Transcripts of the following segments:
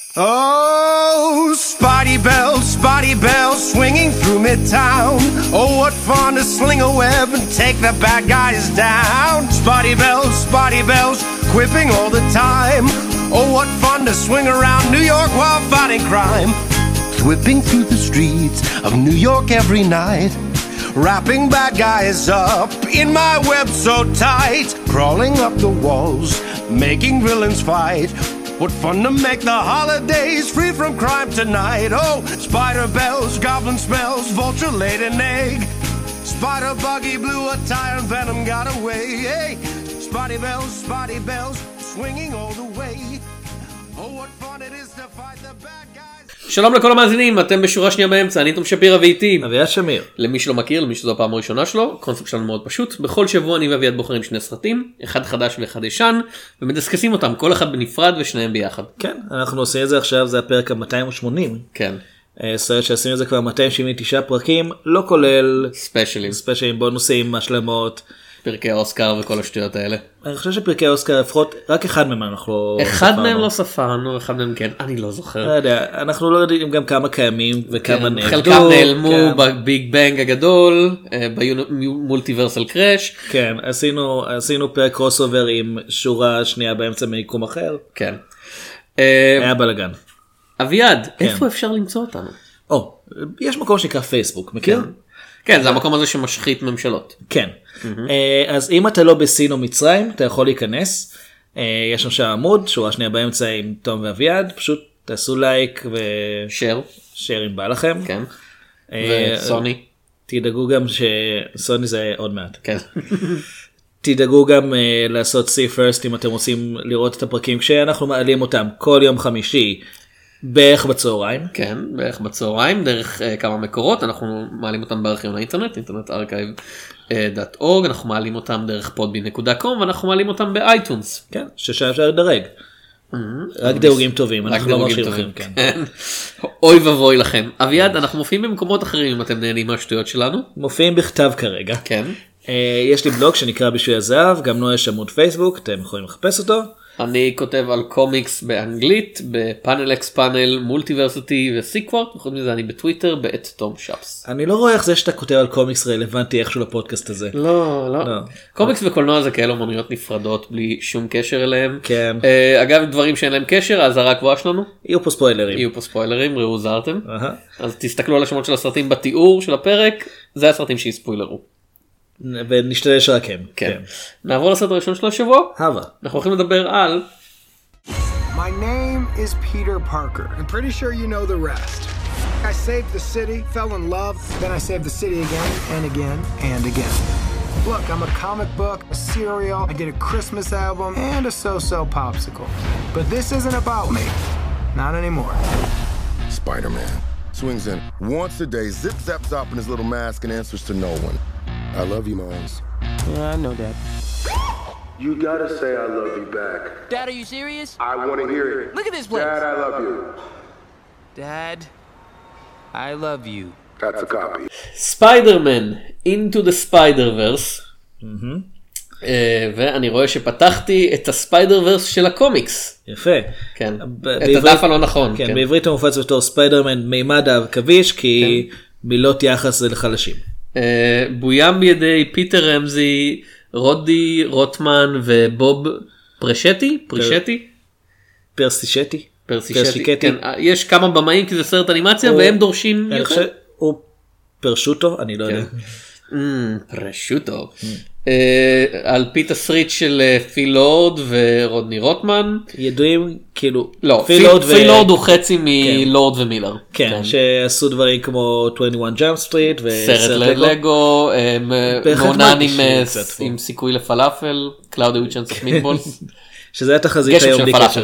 Oh, Spidey bells, swinging through Midtown. Oh, what fun to sling a web and take the bad guys down. Spidey bells, quipping all the time. Oh, what fun to swing around New York while fighting crime. Whipping through the streets of New York every night. Wrapping bad guys up in my web so tight. Crawling up the walls, making villains fight. What fun to make the holidays free from crime tonight. Oh, spider bells, goblin smells, vulture laid an egg. Spider buggy blew a tire and venom got away. Hey, Spidey bells, swinging all the way. Oh, what fun it is to fight the bad guys. שלום לכל המאזינים, אתם בשורה שנייה באמצע, אני תום שפירא ואיתי אביעד שמיר. למי שלא מכיר, למי שזו הפעם הראשונה שלו, הקונספט שלנו מאוד פשוט, בכל שבוע אני ואביעד בוחרים שני סרטים, אחד חדש ואחד ישן, ומדסקסים אותם, כל אחד בנפרד ושניהם ביחד. כן, אנחנו עושים את זה עכשיו, זה הפרק ה-280. כן. סרט שעשינו את זה כבר 279 פרקים, לא כולל ספיישלים, בונוסים, השלמות. פרקי האוסקר וכל השטויות האלה. אני חושב שפרקי האוסקר לפחות רק אחד מהם אנחנו אחד מהם לא ספרנו, אחד מהם כן, אני לא זוכר. לא יודע, אנחנו לא יודעים גם כמה קיימים וכמה נעלמו. חלקם נעלמו בביג בנג הגדול, במולטיברסל קראש. כן, עשינו פרק קרוס אובר עם שורה שנייה באמצע מיקום אחר. כן. היה בלגן. אביעד, איפה אפשר למצוא אותנו? יש מקום שנקרא פייסבוק, מכיר? כן, זה המקום הזה שמשחית ממשלות. כן. אז אם אתה לא בסין או מצרים, אתה יכול להיכנס. יש שם עמוד, שורה שנייה באמצע עם תום ואביעד, פשוט תעשו לייק ושאר אם בא לכם. כן. וסוני. תדאגו גם שסוני זה עוד מעט. כן. תדאגו גם לעשות see first אם אתם רוצים לראות את הפרקים כשאנחנו מעלים אותם כל יום חמישי. בערך בצהריים. כן, בערך בצהריים, דרך כמה מקורות, אנחנו מעלים אותם בארכיון האינטרנט, internetarchive.org, אנחנו מעלים אותם דרך podbean.com, ואנחנו מעלים אותם באייטונס. כן, ששם אפשר לדרג. רק דירוגים טובים, אנחנו לא מרשים לכם. אוי ובוי לכם. אביעד, אנחנו מופיעים במקומות אחרים אם אתם נהנים מהשטויות שלנו. מופיעים בכתב כרגע. כן. יש לי בלוג שנקרא בשביל הזהב, גם יש עמוד פייסבוק, אתם יכולים לחפש אותו. אני כותב על קומיקס באנגלית, בפאנל אקס פאנל, מולטיברסיטי וסיקוורט, וחוץ מזה אני בטוויטר, תום שפס. אני לא רואה איך זה שאתה כותב על קומיקס רלוונטי איכשהו לפודקאסט הזה. לא. קומיקס וקולנוע זה כאלו אמנויות נפרדות, בלי שום קשר אליהם. כן. אגב, דברים שאין להם קשר, האזהרה הקבועה שלנו. יהיו פה ספוילרים. ראו זרתם. אז תסתכלו על השמות של הסרטים בתיאור של הפרק, זה הסרטים שיספוילרו. ונשתדל שרק הם. כן. נעבור לסרט הראשון של השבוע. הווה. אנחנו הולכים לדבר על... My name is Peter Parker. I'm pretty sure you know the rest. I saved the city, fell in love, then I saved the city again and again and again. Look, I'm a comic book, a cereal, I did a Christmas album, and a so-so popsicle. But this isn't about me. Not anymore. Spider-Man swings in once a day, zip-zap-zop in his little mask and answers to no one. I love you, Miles. Yeah, I know that. You gotta say I love you back. Dad, are you serious? I wanna hear it. Look at this place. Dad, I love you. Dad, I love you. That's a copy. Spider-Man Into the Spider-Verse. ואני רואה שפתחתי את הספיידר-ורס של הקומיקס. יפה. כן. את הדף הלא נכון. כן, בעברית הוא מופץ בתור ספיידרמן מימד האבקביש, כי מילות יחס זה לחלשים. בוים בידי פיטר רמזי, רודי רוטמן ובוב פרשטי? פרסישטי. כן, יש כמה במאים כי זה סרט אנימציה והם דורשים יותר. הוא פרשוטו, אני לא יודע. פרשוטו. על פי תסריט של פיל לורד ורודני רוטמן. ידועים כאילו... לא, פיל לורד הוא חצי מלורד ומילר. כן, שעשו דברים כמו 21 ג'אמפ סטריט סרט לגו, מעונן עם סיכוי לפלאפל, קלאודי וויצ'נס אוף מיטבולס. שזה התחזית היום בלי קשר.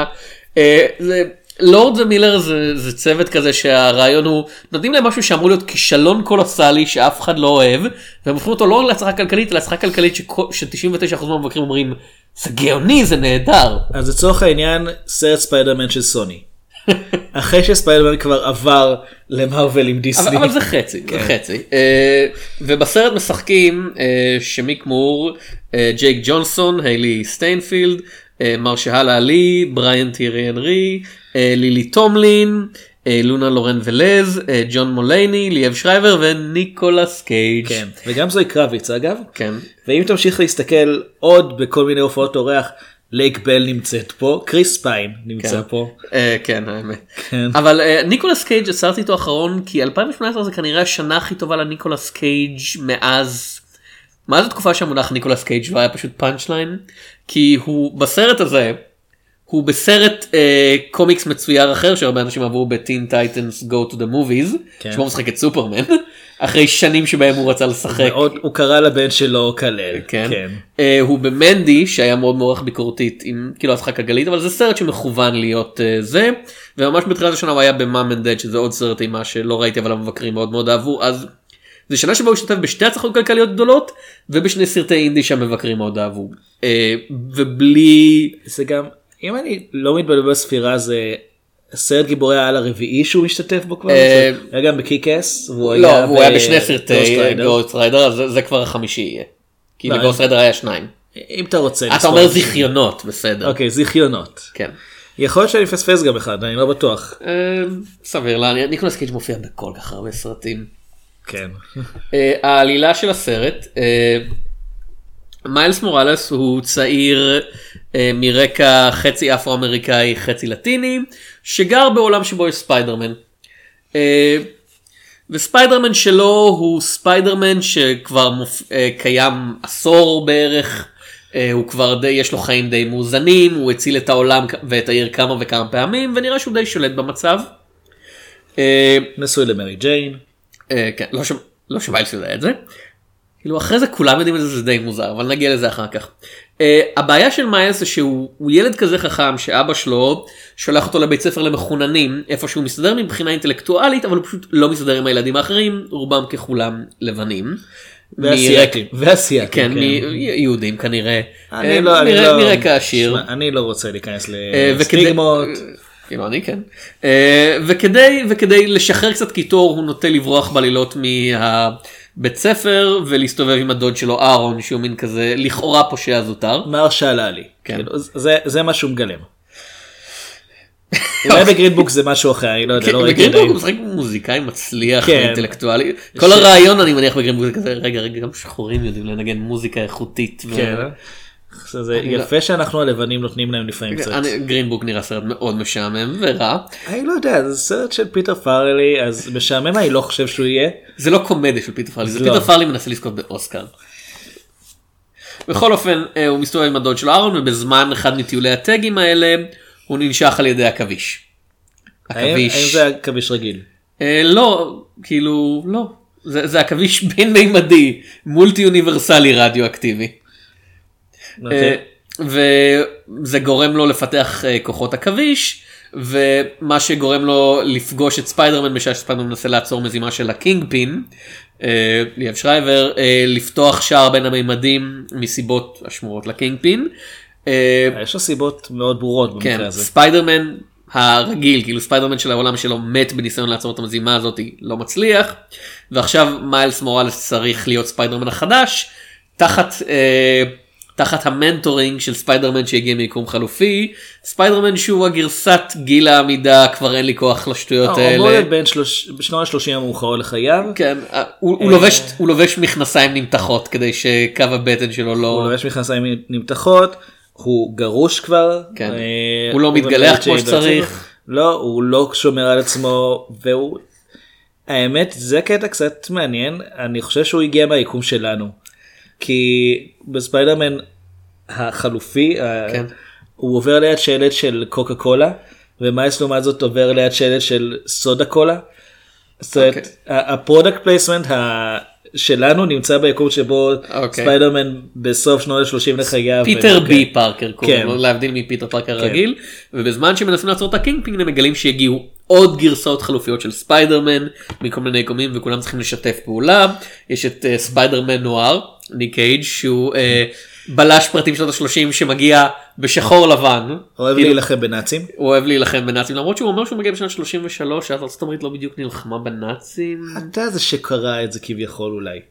לורד ומילר זה צוות כזה שהרעיון הוא, נותנים להם משהו שאמור להיות כישלון קולוסלי שאף אחד לא אוהב, והם הופכים אותו לא רק להצלחה כלכלית, אלא להצלחה כלכלית ש99% מהמבקרים אומרים, זה גאוני, זה נהדר. אז לצורך העניין, סרט ספיידרמן של סוני. אחרי שספיידרמן כבר עבר למרוול עם דיסני. אבל זה חצי, זה חצי. ובסרט משחקים שמיק מור, ג'ייק ג'ונסון, היילי סטיינפילד, מרשהלה עלי, בריאן טירי הנרי, לילי טומלין, לונה לורן ולז, ג'ון מולייני, ליאב שרייבר וניקולס קייג'. כן, וגם זוהי קרביץ אגב. כן. ואם תמשיך להסתכל עוד בכל מיני הופעות אורח, לייק בל נמצאת פה, קריס פיין נמצא פה. כן, האמת. כן. אבל ניקולס קייג' עצרתי איתו אחרון, כי 2018 זה כנראה השנה הכי טובה לניקולס קייג' מאז התקופה שהמונח ניקולס קייג' לא היה פשוט פאנץ' ליין, כי הוא בסרט הזה, הוא בסרט קומיקס מצויר אחר שהרבה אנשים עברו ב-Teen Titans Go to the Movies, שבו משחק את סופרמן, אחרי שנים שבהם הוא רצה לשחק. הוא קרא לבן שלו כלל. כן. הוא במנדי שהיה מאוד מוערך ביקורתית עם כאילו השחק הגלית, אבל זה סרט שמכוון להיות זה, וממש בתחילת השנה הוא היה ב-Mom and Dad, שזה עוד סרט אימה שלא ראיתי אבל המבקרים מאוד מאוד אהבו, אז זה שנה שבה הוא השתתף בשתי הצלחות כלכליות גדולות, ובשני סרטי אינדי שהמבקרים מאוד אהבו. ובלי... זה גם... אם אני לא מתבלבל בספירה, זה סרט גיבורי העל הרביעי שהוא משתתף בו כבר? היה גם בקיק-אס? לא, הוא היה בשני סרטי גוסט ריידר, זה כבר החמישי יהיה. כי בגוסט ריידר היה 2. אם אתה רוצה... אתה אומר זיכיונות, בסדר. אוקיי, זיכיונות. כן. יכול להיות שאני פספס גם אחד, אני לא בטוח. סביר לה, ניקולס קייג' מופיע בכל כך הרבה סרטים. כן. העלילה של הסרט... מיילס מוראלס הוא צעיר מרקע חצי אפרו-אמריקאי חצי לטיני שגר בעולם שבו יש ספיידרמן, וספיידרמן שלו הוא ספיידרמן שכבר קיים עשור בערך, הוא כבר יש לו חיים די מאוזנים, הוא הציל את העולם ואת העיר כמה וכמה פעמים ונראה שהוא די שולט במצב. נשוי למרי ג'יין. כן, לא שמיילס יודע את זה. כאילו אחרי זה כולם יודעים את זה, זה די מוזר, אבל נגיע לזה אחר כך. הבעיה של מיילס זה שהוא ילד כזה חכם שאבא שלו שולח אותו לבית ספר למחוננים, איפה שהוא מסתדר מבחינה אינטלקטואלית, אבל הוא פשוט לא מסתדר עם הילדים האחרים, רובם ככולם לבנים. ואסייתים. כן, יהודים כנראה. מרקע עשיר. אני לא רוצה להיכנס לסטיגמות. כאילו אני כן. וכדי לשחרר קצת קיטור הוא נוטה לברוח בלילות בית ספר ולהסתובב עם הדוד שלו אהרון שהוא מין כזה לכאורה פושע זוטר. מרשהלה עלי. זה מה שהוא מגלם. אולי בגרינבוק זה משהו אחר, אני לא יודע. בגרינבוק הוא משחק מוזיקאי מצליח ואינטלקטואלי. כל הרעיון אני מניח בגרינבוק זה כזה רגע גם שחורים יודעים לנגן מוזיקה איכותית. זה יפה שאנחנו הלבנים נותנים להם לפעמים קצת. גרינבוק נראה סרט מאוד משעמם ורע. אני לא יודע, זה סרט של פיטר פארלי, אז משעמם אני לא חושב שהוא יהיה. זה לא קומדיה של פיטר פארלי, זה פיטר פארלי מנסה לזכות באוסקר. בכל אופן הוא מסתובב עם הדוד של אהרון, ובזמן אחד מטיולי הטגים האלה הוא ננשך על ידי עכביש. האם זה עכביש רגיל? לא, כאילו לא. זה עכביש בין מימדי, מולטי אוניברסלי רדיו-אקטיבי. וזה גורם לו לפתח כוחות עכביש, ומה שגורם לו לפגוש את ספיידרמן בשעה שספיידרמן מנסה לעצור מזימה של הקינג פין, ליאב שרייבר, לפתוח שער בין המימדים מסיבות השמורות לקינג פין. יש לו סיבות מאוד ברורות במקרה הזה. ספיידרמן הרגיל, כאילו ספיידרמן של העולם שלו מת בניסיון לעצור את המזימה הזאת, לא מצליח, ועכשיו מיילס מוראלס צריך להיות ספיידרמן החדש, תחת המנטורינג של ספיידרמן שהגיע מיקום חלופי, ספיידרמן שהוא הגרסת גיל העמידה, כבר אין לי כוח לשטויות האלה. הוא מולד בין בשנות ה-30 המאוחר לחייו. כן, הוא לובש מכנסיים נמתחות כדי שקו הבטן שלו לא... הוא לובש מכנסיים נמתחות, הוא גרוש כבר. כן, הוא לא מתגלח כמו שצריך. לא, הוא לא שומר על עצמו, והוא... האמת, זה קטע קצת מעניין, אני חושב שהוא הגיע מהיקום שלנו. כי בספיידרמן החלופי, הוא עובר ליד שלט של קוקה קולה, ומיילס לעומת זאת עובר ליד שלט של סודה קולה. זאת אומרת, הפרודקט פלייסמנט שלנו נמצא ביקום שבו ספיידרמן בסוף שנות ה-30 לחייו. פיטר בי פארקר, להבדיל מפיטר פארקר רגיל, ובזמן שמנסים לעצור את הקינג פינג הם מגלים שיגיעו עוד גרסאות חלופיות של ספיידרמן מכל מיני יקומים, וכולם צריכים לשתף פעולה. יש את ספיידרמן נואר, ניק קייג' שהוא בלש פרטים שנות ה-30 שמגיע בשחור לבן. אוהב להילחם בנאצים. הוא אוהב להילחם בנאצים, למרות שהוא אומר שהוא מגיע בשנת 33, אז ארצות הברית לא בדיוק נלחמה בנאצים. אתה זה שקרא את זה כביכול אולי.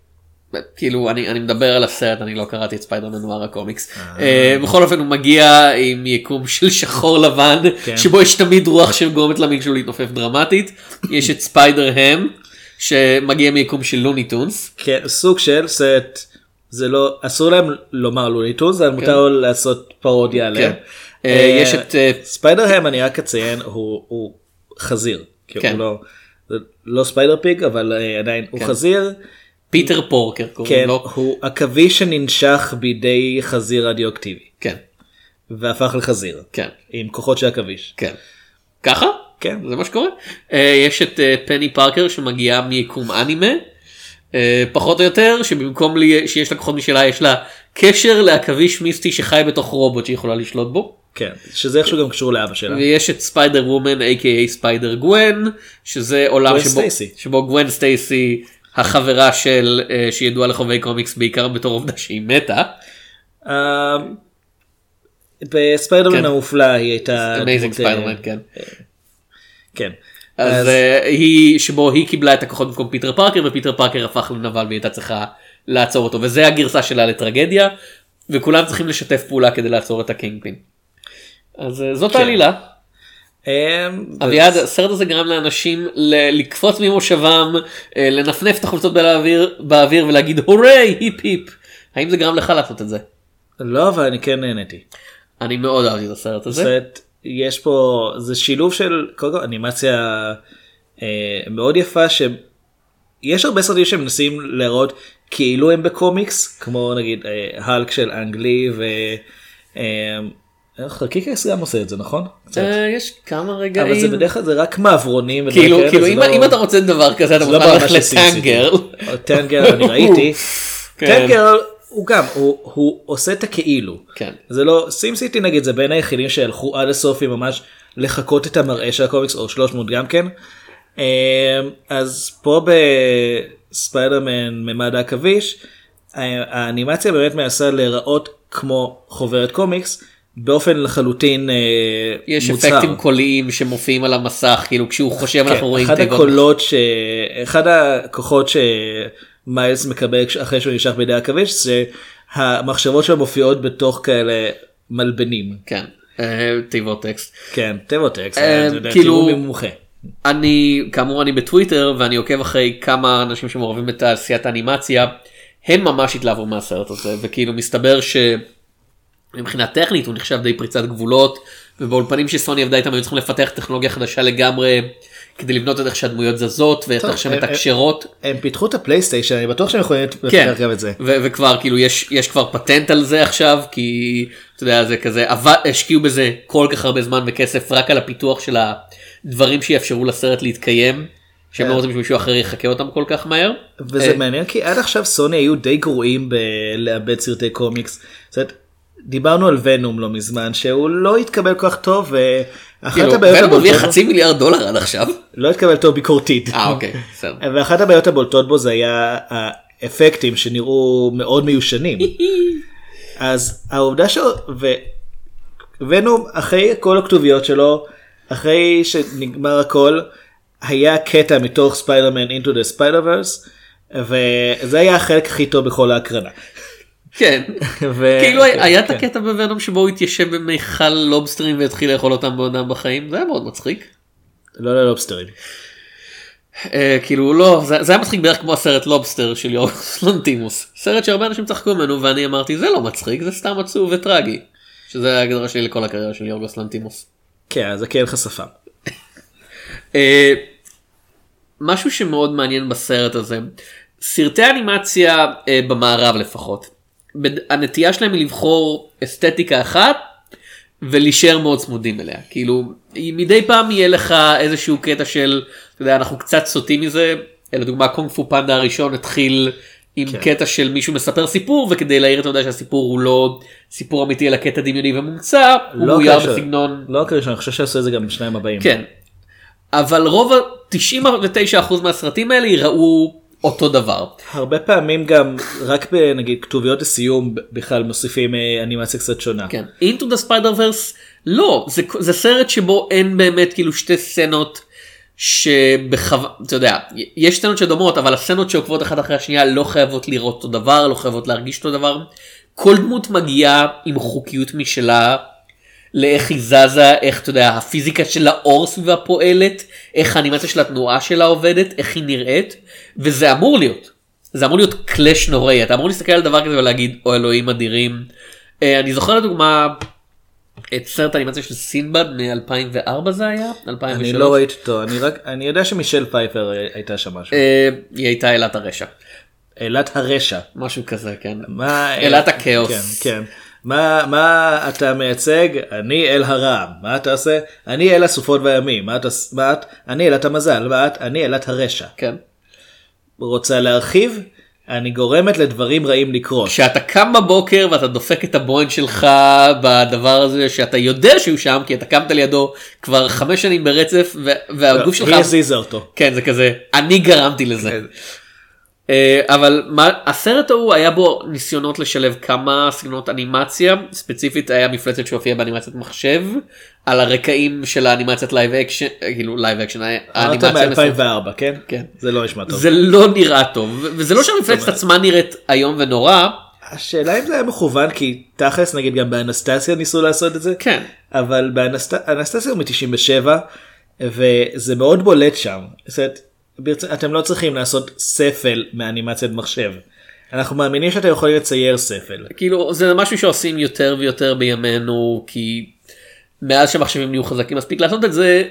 כאילו אני מדבר על הסרט, אני לא קראתי את ספיידרמן נואר הקומיקס. בכל אופן הוא מגיע עם יקום של שחור לבן, שבו יש תמיד רוח שגורמת למין שלו להתנופף דרמטית. יש את ספיידר-הם שמגיע מיקום של לוני טונס. כן, סוג של סרט, זה לא, אסור להם לומר לוני טונס, אבל מותר לעשות פרודיה עליהם. יש את ספיידר-הם, אני רק אציין, הוא חזיר. הוא לא ספיידר פיג, אבל עדיין הוא חזיר. פיטר פורקר קוראים לו. הוא עכביש שננשך בידי חזיר רדיואקטיבי. כן. והפך לחזיר. כן. עם כוחות של עכביש. כן. ככה? כן. זה מה שקורה. יש את פני פארקר שמגיעה מיקום אנימה. פחות או יותר, שבמקום שיש לה כוחות משלה, יש לה קשר לעכביש מיסטי שחי בתוך רובוט שיכולה לשלוט בו. כן, שזה איכשהו גם קשור לאבא שלה. ויש את ספיידר וומן, a.k.a. ספיידר גוון, שזה עולם שבו גוון סטייסי, החברה של, שידועה לחובבי קומיקס בעיקר בתור עובדה שהיא מתה. בספיידרמן המופלא היא הייתה... אמייזינג ספיידרמן, כן. כן. אז שבו היא קיבלה את הכוחות במקום פיטר פארקר, ופיטר פארקר הפך לנבל והיא הייתה צריכה לעצור אותו, וזה הגרסה שלה לטרגדיה, וכולם צריכים לשתף פעולה כדי לעצור את הקינג פין. אז זאת העלילה. אביעד, הסרט הזה גרם לאנשים לקפוץ ממושבם, לנפנף את החולצות באוויר ולהגיד הורי, היפ היפ. האם זה גרם לך לעשות את זה? לא, אבל אני כן נהניתי. אני מאוד אהבתי את הסרט הזה. יש פה, זה שילוב של קודם כל אנימציה מאוד יפה, שיש הרבה סרטים שמנסים להראות כאילו הם בקומיקס, כמו נגיד הלק של אנגלי קיקרס גם עושה את זה, נכון? יש כמה רגעים. אבל זה בדרך כלל זה רק מעברונים. כאילו אם אתה רוצה דבר כזה אתה מוכן ללכת לטנגרל. טנגרל אני ראיתי. טנגרל הוא גם, הוא עושה את הכאילו. זה לא, סים סיטי נגיד זה בין היחידים שהלכו עד הסוף עם ממש לחכות את המראה של הקומיקס, או 300 גם כן. אז פה בספיידרמן ממד העכביש, האנימציה באמת מנסה להיראות כמו חוברת קומיקס, באופן לחלוטין יש מוצר. יש אפקטים קוליים שמופיעים על המסך, כאילו כשהוא חושב אנחנו רואים אחד הכוחות שמיילס מקבל אחרי שהוא נשאר בידי העכביש, זה המחשבות שלו מופיעות בתוך כאלה מלבנים. כן, תיבות טקסט. כן, תיבות טקסט, כאילו, ממומחה. כאמור אני בטוויטר ואני עוקב אחרי כמה אנשים שמעורבים בתעשיית האנימציה, הם ממש התלהבו מהסרט הזה, וכאילו מסתבר שמבחינה טכנית הוא נחשב די פריצת גבולות, ובאולפנים שסוני עבדה איתם היו צריכים לפתח טכנולוגיה חדשה לגמרי, כדי לבנות את איך שהדמויות זזות, ואת איך שמתקשרות. הם פיתחו את הפלייסטיישן, אני בטוח שהם יכולים לפתח גם את זה. וכבר כאילו יש כבר פטנט על זה עכשיו, כי אתה יודע זה כזה, השקיעו בזה כל כך הרבה זמן וכסף, רק על הפיתוח של הדברים שיאפשרו לסרט להתקיים. שהם לא רוצים שמישהו אחר יחכה אותם כל כך מהר. וזה מעניין כי עד עכשיו סוני היו די גרועים בלאבד סרטי קומיקס. דיברנו על ונום לא מזמן שהוא לא התקבל כל כך טוב. ונום הוביל $500 מיליון עד עכשיו. לא התקבל טוב ביקורתית. אוקיי, בסדר. ואחת הבעיות הבולטות בו זה היה האפקטים שנראו מאוד מיושנים. אז העובדה ונום אחרי כל הכתוביות שלו, אחרי שנגמר הכל, היה קטע מתוך ספיידרמן Into the Spider-Verse, וזה היה החלק הכי טוב בכל ההקרנה. כן, כאילו היה את הקטע בוונום שבו הוא התיישב במיכל לובסטרים והתחיל לאכול אותם בעודם בחיים, זה היה מאוד מצחיק. לא ללובסטרים. כאילו לא, זה היה מצחיק בערך כמו הסרט לובסטר של יורגוס לנטימוס, סרט שהרבה אנשים צחקו ממנו ואני אמרתי זה לא מצחיק, זה סתם עצוב וטרגי, שזה ההגדרה שלי לכל הקריירה של יורגוס לנטימוס. כן, זה כן חשפה. משהו שמאוד מעניין בסרט הזה, סרטי אנימציה במערב לפחות, הנטייה שלהם היא לבחור אסתטיקה אחת ולהישאר מאוד צמודים אליה, כאילו מדי פעם יהיה לך איזשהו קטע של, אתה יודע, אנחנו קצת סוטים מזה, לדוגמה קונג פו פנדה הראשון התחיל עם קטע של מישהו מספר סיפור, וכדי להעיר את העובדה שהסיפור הוא לא סיפור אמיתי אלא קטע דמיוני ומומצא, הוא מאויר בסגנון. לא כראשון, אני חושב שעשו את זה גם בשניים הבאים. כן. אבל רוב 99% מהסרטים האלה יראו אותו דבר. הרבה פעמים גם רק בנגיד כתוביות לסיום בכלל מוסיפים אנימציה קצת שונה. כן. Into the Spider-Verse לא, זה סרט שבו אין באמת כאילו שתי סצנות אתה יודע, יש סצנות שדומות, אבל הסצנות שעוקבות אחת אחרי השנייה לא חייבות לראות אותו דבר, לא חייבות להרגיש אותו דבר. כל דמות מגיעה עם חוקיות משלה, לאיך היא זזה, איך אתה יודע, הפיזיקה של האור סביבה פועלת, איך האנימציה של התנועה שלה עובדת, איך היא נראית, וזה אמור להיות. זה אמור להיות קלאש נוראי, אתה אמור להסתכל על דבר כזה ולהגיד, או אלוהים אדירים. אני זוכר לדוגמה, את סרט האנימציה של סינבד מ-2004 זה היה? 2003? אני לא ראיתי אותו, אני יודע שמישל פייפר הייתה שם משהו. היא הייתה אלת הרשע. אלת הרשע. משהו כזה, כן. אלת הכאוס. כן, כן. מה אתה מייצג? אני אל הרע. מה אתה עושה? אני אל הסופות והימים. אני אלת המזל. אני אלת הרשע. כן. רוצה להרחיב? אני גורמת לדברים רעים לקרות. כשאתה קם בבוקר ואתה דופק את הבוינד שלך בדבר הזה שאתה יודע שהוא שם, כי אתה קמת לידו כבר 5 שנים ברצף והגוף שלך... מי הזיזה אותו? כן, זה כזה, אני גרמתי לזה. אבל הסרט ההוא היה בו ניסיונות לשלב כמה סגנונות אנימציה, ספציפית היה מפלצת שהופיע באנימציית מחשב, על הרקעים של האנימציית לייב אקשן, כאילו לייב אקשן, האנימציה מ-2004, כן? כן. זה לא נשמע טוב. זה לא נראה טוב, וזה לא שהמפלצת עצמה נראית היום ונורא. השאלה אם זה היה מכוון, כי תכלס נגיד גם באנסטסיה ניסו לעשות את זה. כן. אבל באנסטסיה הוא מ-97, וזה מאוד בולט שם. זאת אומרת, אתם לא צריכים לעשות ספל מאנימציית מחשב. אנחנו מאמינים שאתם יכולים לצייר ספל. כאילו זה משהו שעושים יותר ויותר בימינו, כי מאז שמחשבים נהיו חזקים מספיק לעשות את זה.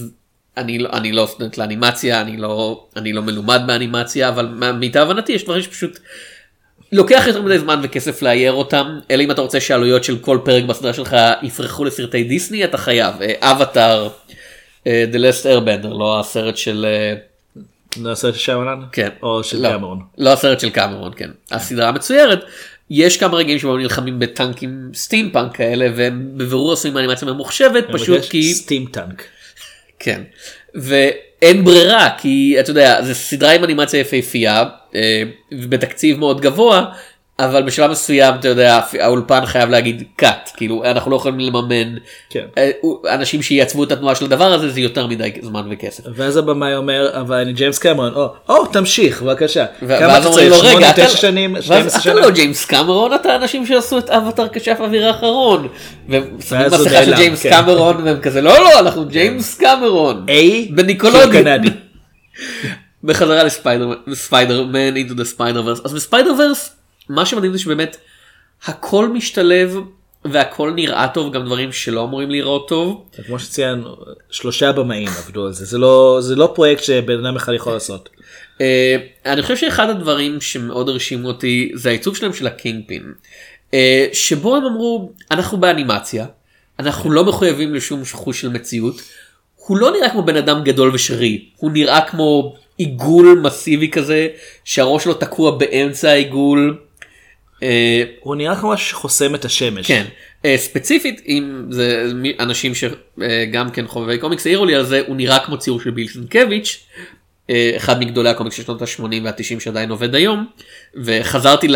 אני לא סטודנט לאנימציה, אני לא מלומד באנימציה, אבל מיטב הבנתי יש דברים שפשוט לוקח יותר מדי זמן וכסף לאייר אותם, אלא אם אתה רוצה שהעלויות של כל פרק בסדרה שלך יפרחו לסרטי דיסני, אתה חייב. אבטאר, The Last Airbender, לא הסרט של... לא הסרט של שמלן? כן. או של קמרון? לא הסרט של קמרון, כן. הסדרה מצוירת. יש כמה רגעים שבהם נלחמים בטנקים סטימפאנק כאלה, והם בבירור עושים אנימציה ממוחשבת, פשוט כי... סטימפאנק. כן. ואין ברירה, כי אתה יודע, זה סדרה עם אנימציה יפהפייה, בתקציב מאוד גבוה, אבל בשלב מסוים, אתה יודע, האולפן חייב להגיד קאט, כאילו, אנחנו לא יכולים לממן, אנשים שיעצבו את התנועה של הדבר הזה, זה יותר מדי זמן וכסף. ואז הבמאי אומר, אבל אני ג'יימס קמרון, תמשיך, בבקשה. ואז אומרים לו, רגע, 8-9 שנים, 12 שנה. אתה לא ג'יימס קמרון, אתה אנשים שעשו את אבטאר כשף אוויר האחרון, ושמים מסכה של ג'יימס קמרון, והם כזה, לא, אנחנו ג'יימס קמרון, בניקולוגיה. בחזרה לספיידרמן, into the Spider-Verse, אז בספיידר-ורס, מה שמדהים זה שבאמת הכל משתלב והכל נראה טוב, גם דברים שלא אמורים לראות טוב. כמו שציין, 3 במאים עבדו על זה, זה לא פרויקט שבן אדם אחד יכול לעשות. אני חושב שאחד הדברים שמאוד הרשימו אותי זה העיצוב שלהם של הקינגפין, שבו הם אמרו, אנחנו באנימציה, אנחנו לא מחויבים לשום חוש של מציאות, הוא לא נראה כמו בן אדם גדול ושרי, הוא נראה כמו עיגול מסיבי כזה, שהראש שלו תקוע באמצע העיגול, הוא נראה כמו שחוסם את השמש. כן, ספציפית אם זה אנשים שגם כן חובבי קומיקס העירו לי על זה, הוא נראה כמו ציור של ביל סנקביץ', אחד מגדולי הקומיקס של שנות ה-80 וה-90 שעדיין עובד היום, וחזרתי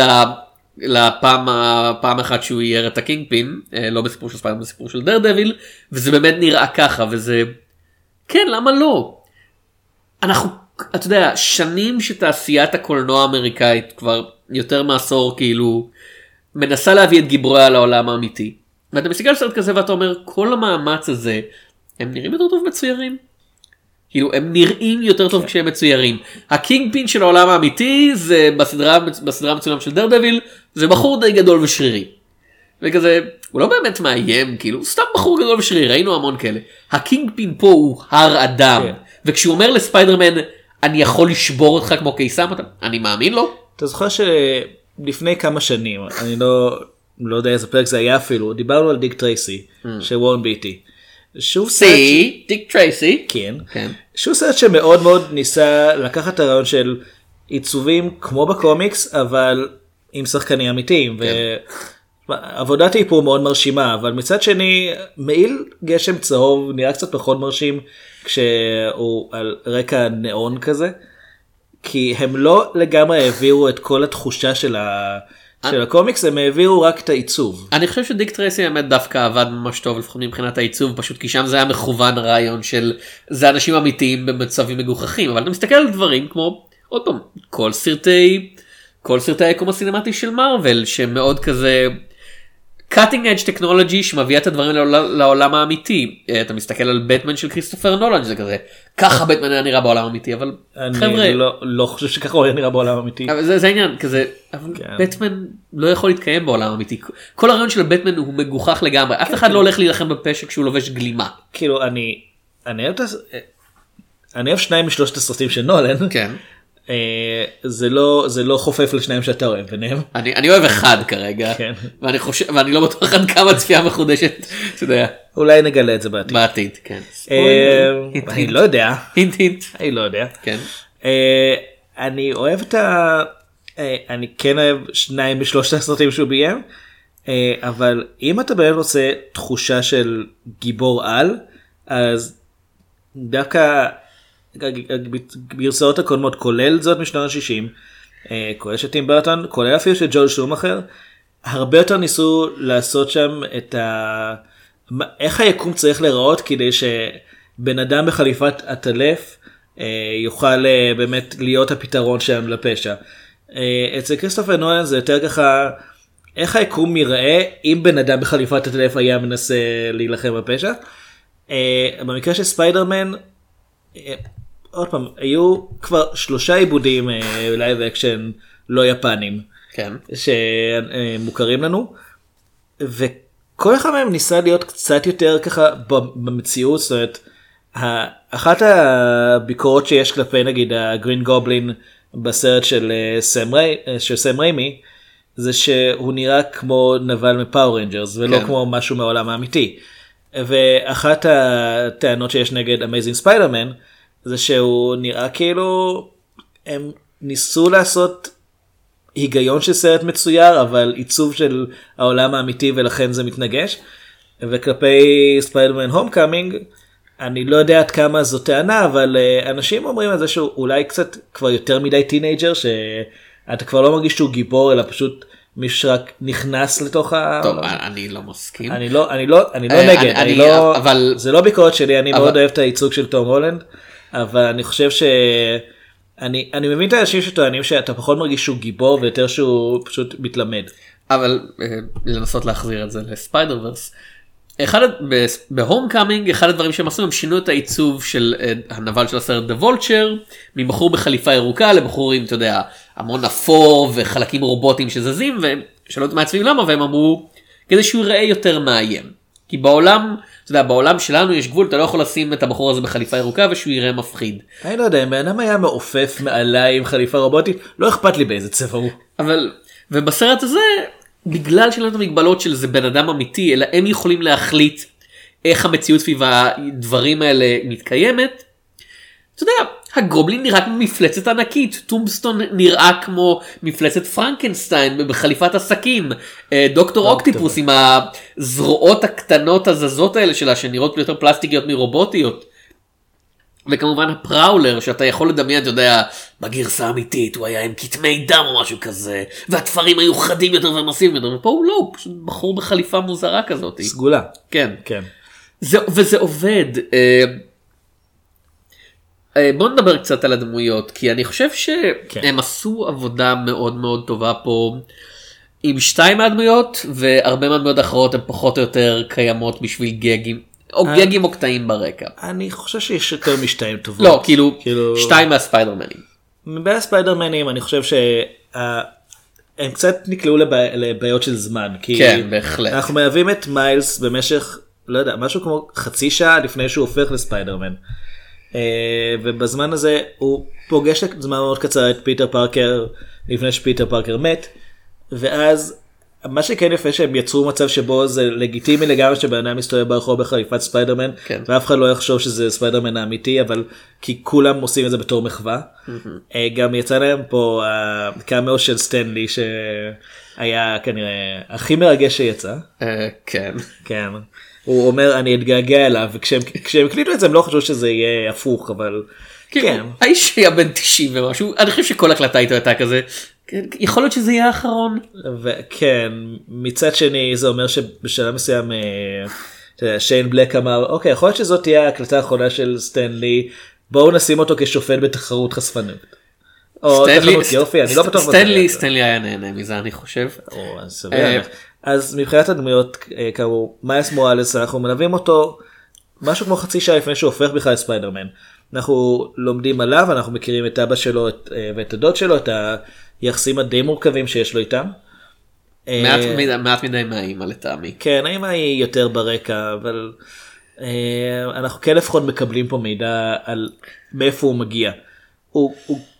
פעם אחת שהוא אייר את הקינגפין, לא בסיפור של ספיידרמן, בסיפור של דרדביל, וזה באמת נראה ככה, וזה כן, למה לא? אנחנו, אתה יודע, שנים שתעשיית הקולנוע האמריקאית כבר יותר מעשור כאילו מנסה להביא את גיבוריה לעולם האמיתי, ואתה מסתכל על סרט כזה ואתה אומר, כל המאמץ הזה, הם נראים יותר טוב מצוירים. כאילו הם נראים יותר טוב כשהם מצוירים. הקינגפין של העולם האמיתי זה בסדרה מצוין של דרדביל, זה בחור די גדול ושרירי. וכזה, הוא לא באמת מאיים, כאילו, סתם בחור גדול ושרירי, ראינו המון כאלה. הקינגפין פה הוא הר אדם, וכשהוא אומר לספיידרמן, אני יכול לשבור אותך כמו קיסם, אני מאמין לו. אתה זוכר שלפני כמה שנים, אני לא יודע איזה פרק זה היה אפילו, דיברנו על דיק טרייסי, של וורן ביטי. דיק טרייסי. כן. שהוא סרט שמאוד מאוד ניסה לקחת את הרעיון של עיצובים כמו בקומיקס, אבל עם שחקנים אמיתיים. עבודת איפור מאוד מרשימה, אבל מצד שני, מעיל גשם צהוב נראה קצת פחות מרשים, כשהוא על רקע נאון כזה, כי הם לא לגמרי העבירו את כל התחושה של של הקומיקס הם העבירו רק את העיצוב. אני חושב שדיק טרייסי באמת דווקא עבד ממש טוב לפחות מבחינת העיצוב, פשוט כי שם זה היה מכוון הרעיון של זה אנשים אמיתיים במצבים מגוחכים, אבל אתה מסתכל על דברים כמו עוד פעם כל סרטי היקום הסינמטי של מארוול שמאוד כזה cutting edge technology שמביאה את הדברים לעולם האמיתי. אתה מסתכל על בטמן של כריסטופר נולן, זה כזה ככה בטמן היה נראה בעולם האמיתי, אבל חבר'ה, אני לא חושב שככה הוא היה נראה בעולם האמיתי. אבל זה העניין כזה, אבל בטמן לא יכול להתקיים בעולם האמיתי. כל הרעיון של בטמן הוא מגוחך לגמרי, אף אחד לא הולך להילחם בפשע כשהוא לובש גלימה. כאילו אני אוהב 2 משלושת הסרטים של נולן. כן. זה לא חופף לשניים שאתה אוהב ביניהם. אני אוהב אחד כרגע, ואני לא בטוח עד כמה צפייה מחודשת, אתה יודע. אולי נגלה את זה בעתיד. בעתיד, כן. אני לא יודע. הינט. אני לא יודע. כן. אני אוהב אני כן אוהב 2 משלושת הסרטים שהוא ביים, אבל אם אתה באמת רוצה תחושה של גיבור על, אז דווקא גרסאות הקודמות, כולל זאת משנות ה-60, כולל של טים ברטון, כולל אפילו של ג'ול שומאכר, הרבה יותר ניסו לעשות שם איך היקום צריך להיראות כדי שבן אדם בחליפת עטלף יוכל באמת להיות הפתרון שם לפשע. אצל כריסטופר נולן זה יותר ככה, איך היקום יראה אם בן אדם בחליפת עטלף היה מנסה להילחם בפשע. במקרה של ספיידרמן, עוד פעם, היו כבר 3 עיבודים לייב אקשן לא יפנים, כן. שמוכרים לנו, וכל אחד מהם ניסה להיות קצת יותר ככה במציאות. זאת אומרת, אחת הביקורות שיש כלפי נגיד הגרין גובלין בסרט של סם ריימי, זה שהוא נראה כמו נבל מפאור רנג'רס ולא כן. כמו משהו מהעולם האמיתי. ואחת הטענות שיש נגד אמייזינג ספיידרמן זה שהוא נראה כאילו הם ניסו לעשות היגיון של סרט מצויר אבל עיצוב של העולם האמיתי ולכן זה מתנגש. וכלפי ספיידרמן הום קאמינג אני לא יודע עד כמה זו טענה, אבל אנשים אומרים על זה שהוא אולי קצת כבר יותר מדי טינג'ר, שאתה כבר לא מרגיש שהוא גיבור אלא פשוט מישהו שרק נכנס לתוך טוב, אני לא מסכים. אני לא נגד, זה לא ביקורת שלי, אני מאוד אוהב את הייצוג של תום הולנד, אבל אני חושב אני מבין את האנשים שטוענים שאתה פחות מרגיש שהוא גיבור ויותר שהוא פשוט מתלמד. אבל לנסות להחזיר את זה לספיידר ורס, בהום קאמינג אחד הדברים שהם עשו הם שינו את העיצוב של הנבל של הסרט The Vulture מבחור בחליפה ירוקה לבחור עם אתה יודע המון אפור וחלקים רובוטיים שזזים, ושאלו את מעצבים למה, והם אמרו כדי שהוא יראה יותר מאיים, כי בעולם אתה יודע, בעולם שלנו יש גבול, אתה לא יכול לשים את הבחור הזה בחליפה ירוקה ושהוא יראה מפחיד. אני לא יודע, אם האדם היה מעופף מעליי עם חליפה רובוטית לא אכפת לי באיזה צבע הוא. ובסרט הזה בגלל שאין את המגבלות של זה בן אדם אמיתי, אלא הם יכולים להחליט איך המציאות סביב הדברים האלה מתקיימת. אתה יודע, הגובלין נראה כמו מפלצת ענקית, טומסטון נראה כמו מפלצת פרנקנסטיין בחליפת עסקים, דוקטור אוקטיפוס עם הזרועות הקטנות הזזות האלה שלה שנראות יותר פלסטיקיות מרובוטיות. וכמובן הפראולר שאתה יכול לדמיין, אתה יודע, בגרסה האמיתית הוא היה עם כתמי דם או משהו כזה, והתפרים היו חדים יותר ומסיביים יותר, ופה הוא לא, הוא פשוט בחור בחליפה מוזרה כזאת. סגולה. כן. כן. וזה עובד. בוא נדבר קצת על הדמויות, כי אני חושב שהם עשו עבודה מאוד מאוד טובה פה, עם 2 מהדמויות, והרבה מהדמויות האחרות הן פחות או יותר קיימות בשביל גגים. או גגים או קטעים ברקע. אני חושב שיש יותר מ2 טובות. לא, כאילו 2 מהספיידרמנים. מבין הספיידרמנים אני חושב שהם קצת נקלעו לבעיות של זמן. כן, בהחלט. אנחנו מייבאים את מיילס במשך, לא יודע, משהו כמו חצי שעה לפני שהוא הופך לספיידרמן. ובזמן הזה הוא פוגש זמן מאוד קצר את פיטר פארקר לפני שפיטר פארקר מת, ואז מה שכן יפה שהם יצרו מצב שבו זה לגיטימי לגמרי שבן אדם מסתובב ברחוב בחליפת ספיידרמן, כן. ואף אחד לא יחשוב שזה ספיידרמן האמיתי, אבל כי כולם עושים את זה בתור מחווה. גם יצא להם פה קאמאו של סטנלי שהיה כנראה הכי מרגש שיצא. כן. כן. הוא אומר אני אתגעגע אליו, וכשהם הקליטו את זה הם לא חשבו שזה יהיה הפוך, אבל כן. האיש היה בן 90 ומשהו, אני חושב שכל הקלטה איתו הייתה כזה, יכול להיות שזה יהיה האחרון. וכן, מצד שני זה אומר שבשלב מסוים שיין בלק אמר, אוקיי, יכול להיות שזאת תהיה ההקלטה האחרונה של סטנלי, בואו נשים אותו כשופט בתחרות חספנות. או תחרות יופי, אני לא בטוח. סטנלי היה נהנה מזה, אני חושב. אז מבחינת הדמויות, כאמור, מיילס מוראלס, אנחנו מלווים אותו משהו כמו חצי שעה לפני שהוא הופך בכלל לספיידרמן. אנחנו לומדים עליו, אנחנו מכירים את אבא שלו ואת הדוד שלו, את היחסים הדי מורכבים שיש לו איתם. מעט מדי מהאימא לטעמי. כן, האימא היא יותר ברקע, אבל אנחנו כן לפחות מקבלים פה מידע על מאיפה הוא מגיע. הוא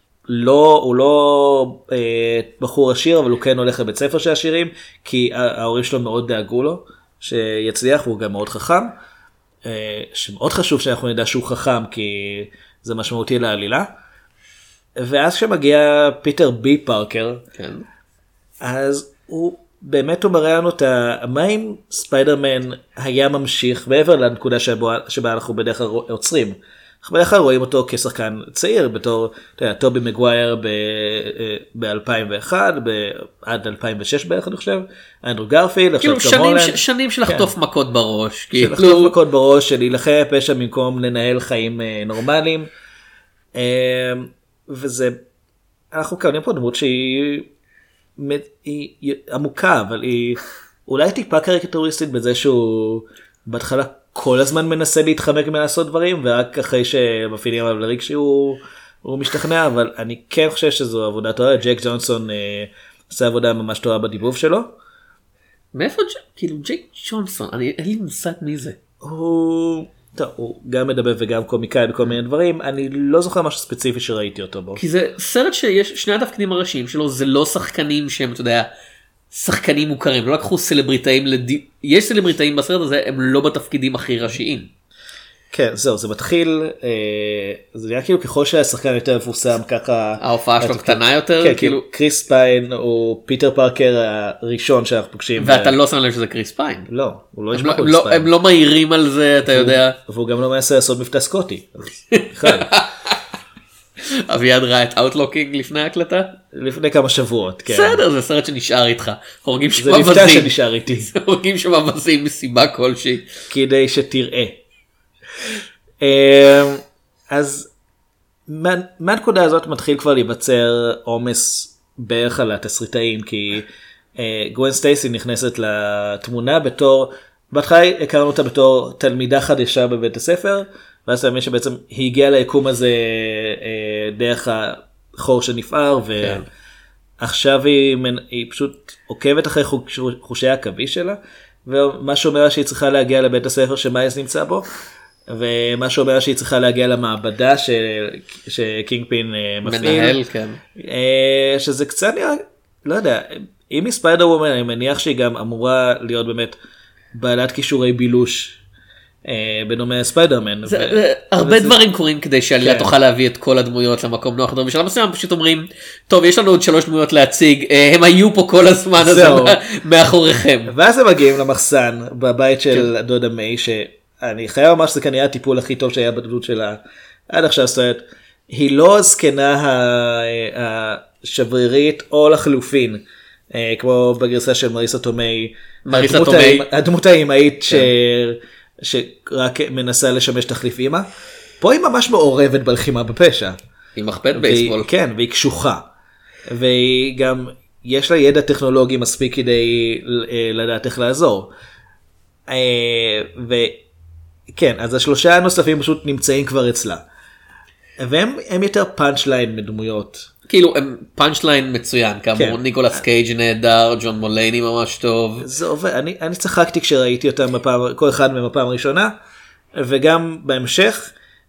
לא בחור עשיר, אבל הוא כן הולך לבית ספר של עשירים, כי ההורים שלו מאוד דאגו לו שיצליח, והוא גם מאוד חכם. שמאוד חשוב שאנחנו נדע שהוא חכם, כי זה משמעותי לעלילה. ואז כשמגיע פיטר בי פארקר, כן. אז הוא באמת מראה לנו מה אם ספיידרמן היה ממשיך מעבר לנקודה שבה אנחנו בדרך כלל עוצרים. אנחנו בדרך כלל רואים אותו כשחקן צעיר, בתור טובי מגווייר ב-2001, עד 2006 בערך אני חושב, אנדרו גרפילד, כאילו שנים של לחטוף מכות בראש. של לחטוף מכות בראש, של להילחם פשע במקום לנהל חיים נורמליים. וזה, אנחנו קוראים פה דמות שהיא עמוקה, אבל היא אולי טיפה קריקטוריסטית בזה שהוא בהתחלה כל הזמן מנסה להתחמק מלעשות דברים, ורק אחרי שמפעילים עליו לריק שהוא משתכנע, אבל אני כן חושב שזו עבודה טובה. ג'ייק ג'ונסון עושה עבודה ממש טובה בדיבוב שלו. מאיפה כאילו ג'ייק ג'ונסון? אין לי מושג מי זה. הוא גם מדבר וגם קומיקאי בכל מיני דברים, אני לא זוכר משהו ספציפי שראיתי אותו בו. כי זה סרט שיש שני התפקידים הראשיים שלו, זה לא שחקנים שהם, אתה יודע, שחקנים מוכרים, לא לקחו סלבריטאים, יש סלבריטאים בסרט הזה, הם לא בתפקידים הכי ראשיים. כן, זהו, זה מתחיל, זה נראה כאילו ככל שהשחקן יותר מפורסם, ככה... ההופעה שלו קטנה יותר? כן, כאילו קריס פיין הוא פיטר פארקר הראשון שאנחנו פוגשים. ואתה לא שם לב שזה קריס פיין? לא, הוא לא ישמע קריס פיין. הם לא מהירים על זה, אתה יודע. והוא גם לא מנסה לעשות מבטא סקוטי. אביעד ראה את Outlooking לפני ההקלטה? לפני כמה שבועות, כן. בסדר, זה סרט שנשאר איתך. זה מבטא שנשאר איתי. הורגים שמבזים מסיבה כלשהי. כדי שתראה. אז מהנקודה הזאת מתחיל כבר להיווצר עומס בערך על התסריטאים, כי גווין סטייסי נכנסת לתמונה בתור, בהתחלה הכרנו אותה בתור תלמידה חדשה בבית הספר, ואז אתה מבין שבעצם היא הגיעה ליקום הזה דרך החור שנפער, ועכשיו היא פשוט עוקבת אחרי חושי העכביש שלה, ומה שאומר שהיא צריכה להגיע לבית הספר שמיילס נמצא בו, ומה שאומר שהיא צריכה להגיע למעבדה שקינג פין מפעיל. מנהל, כן. שזה קצת נראה, לא יודע, אם היא ספיידר וומן, אני מניח שהיא גם אמורה להיות באמת בעלת כישורי בילוש, בנומי ספיידרמן. הרבה דברים קורים כדי שעלילה תוכל להביא את כל הדמויות למקום נוח. בשלב מסוים פשוט אומרים, טוב, יש לנו עוד 3 דמויות להציג, הם היו פה כל הזמן הזה מאחוריכם. ואז הם מגיעים למחסן בבית של דודה מיי, אני חייב לומר שזה כנראה הטיפול הכי טוב שהיה בדמות שלה עד עכשיו. זאת אומרת, היא לא הזקנה השברירית או לחלופין, כמו בגרסה של מריסה טומי, הדמות האימהית שרק מנסה לשמש תחליף אימא. פה היא ממש מעורבת בלחימה בפשע. היא מחפת בייסבול. כן, והיא קשוחה. והיא גם, יש לה ידע טכנולוגי מספיק כדי לדעת איך לעזור. וכן, אז 3 הנוספים פשוט נמצאים כבר אצלה. והם יותר פאנץ' ליין מדמויות. כאילו הם פאנץ' ליין מצוין, כאמור ניקולס קייג' נהדר, ג'ון מולייני ממש טוב. זה עובד, אני צחקתי כשראיתי אותם כל אחד מהם בפעם הראשונה, וגם בהמשך,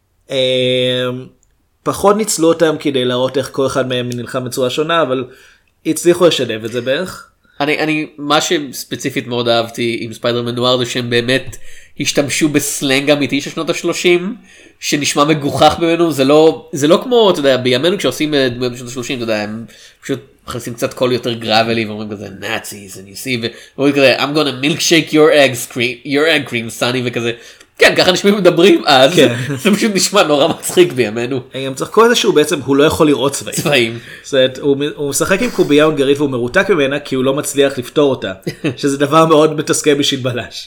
פחות ניצלו אותם כדי להראות איך כל אחד מהם נלחם בצורה שונה, אבל הצליחו לשלב את זה בערך. מה שספציפית מאוד אהבתי עם ספיידרמן נואר זה שהם באמת השתמשו בסלנג אמיתי של שנות ה-30 שנשמע מגוחך ממנו. זה לא כמו, אתה יודע, בימינו כשעושים דמויות בשנות ה-30, אתה יודע, הם פשוט מכניסים קצת קול יותר גראבלי ואומרים כזה Nazis and you see, ואומרים כזה I'm gonna milkshake your egg cream sonny וכזה. כן, ככה אנשים מדברים אז, כן. זה פשוט נשמע נורא מצחיק בימינו. הם גם צחקו על זה שהוא בעצם, הוא לא יכול לראות צבעים. צבעים. זאת אומרת, הוא משחק עם קובייה הונגרית והוא מרותק ממנה כי הוא לא מצליח לפתור אותה, שזה דבר מאוד מתסכל בשביל בלש.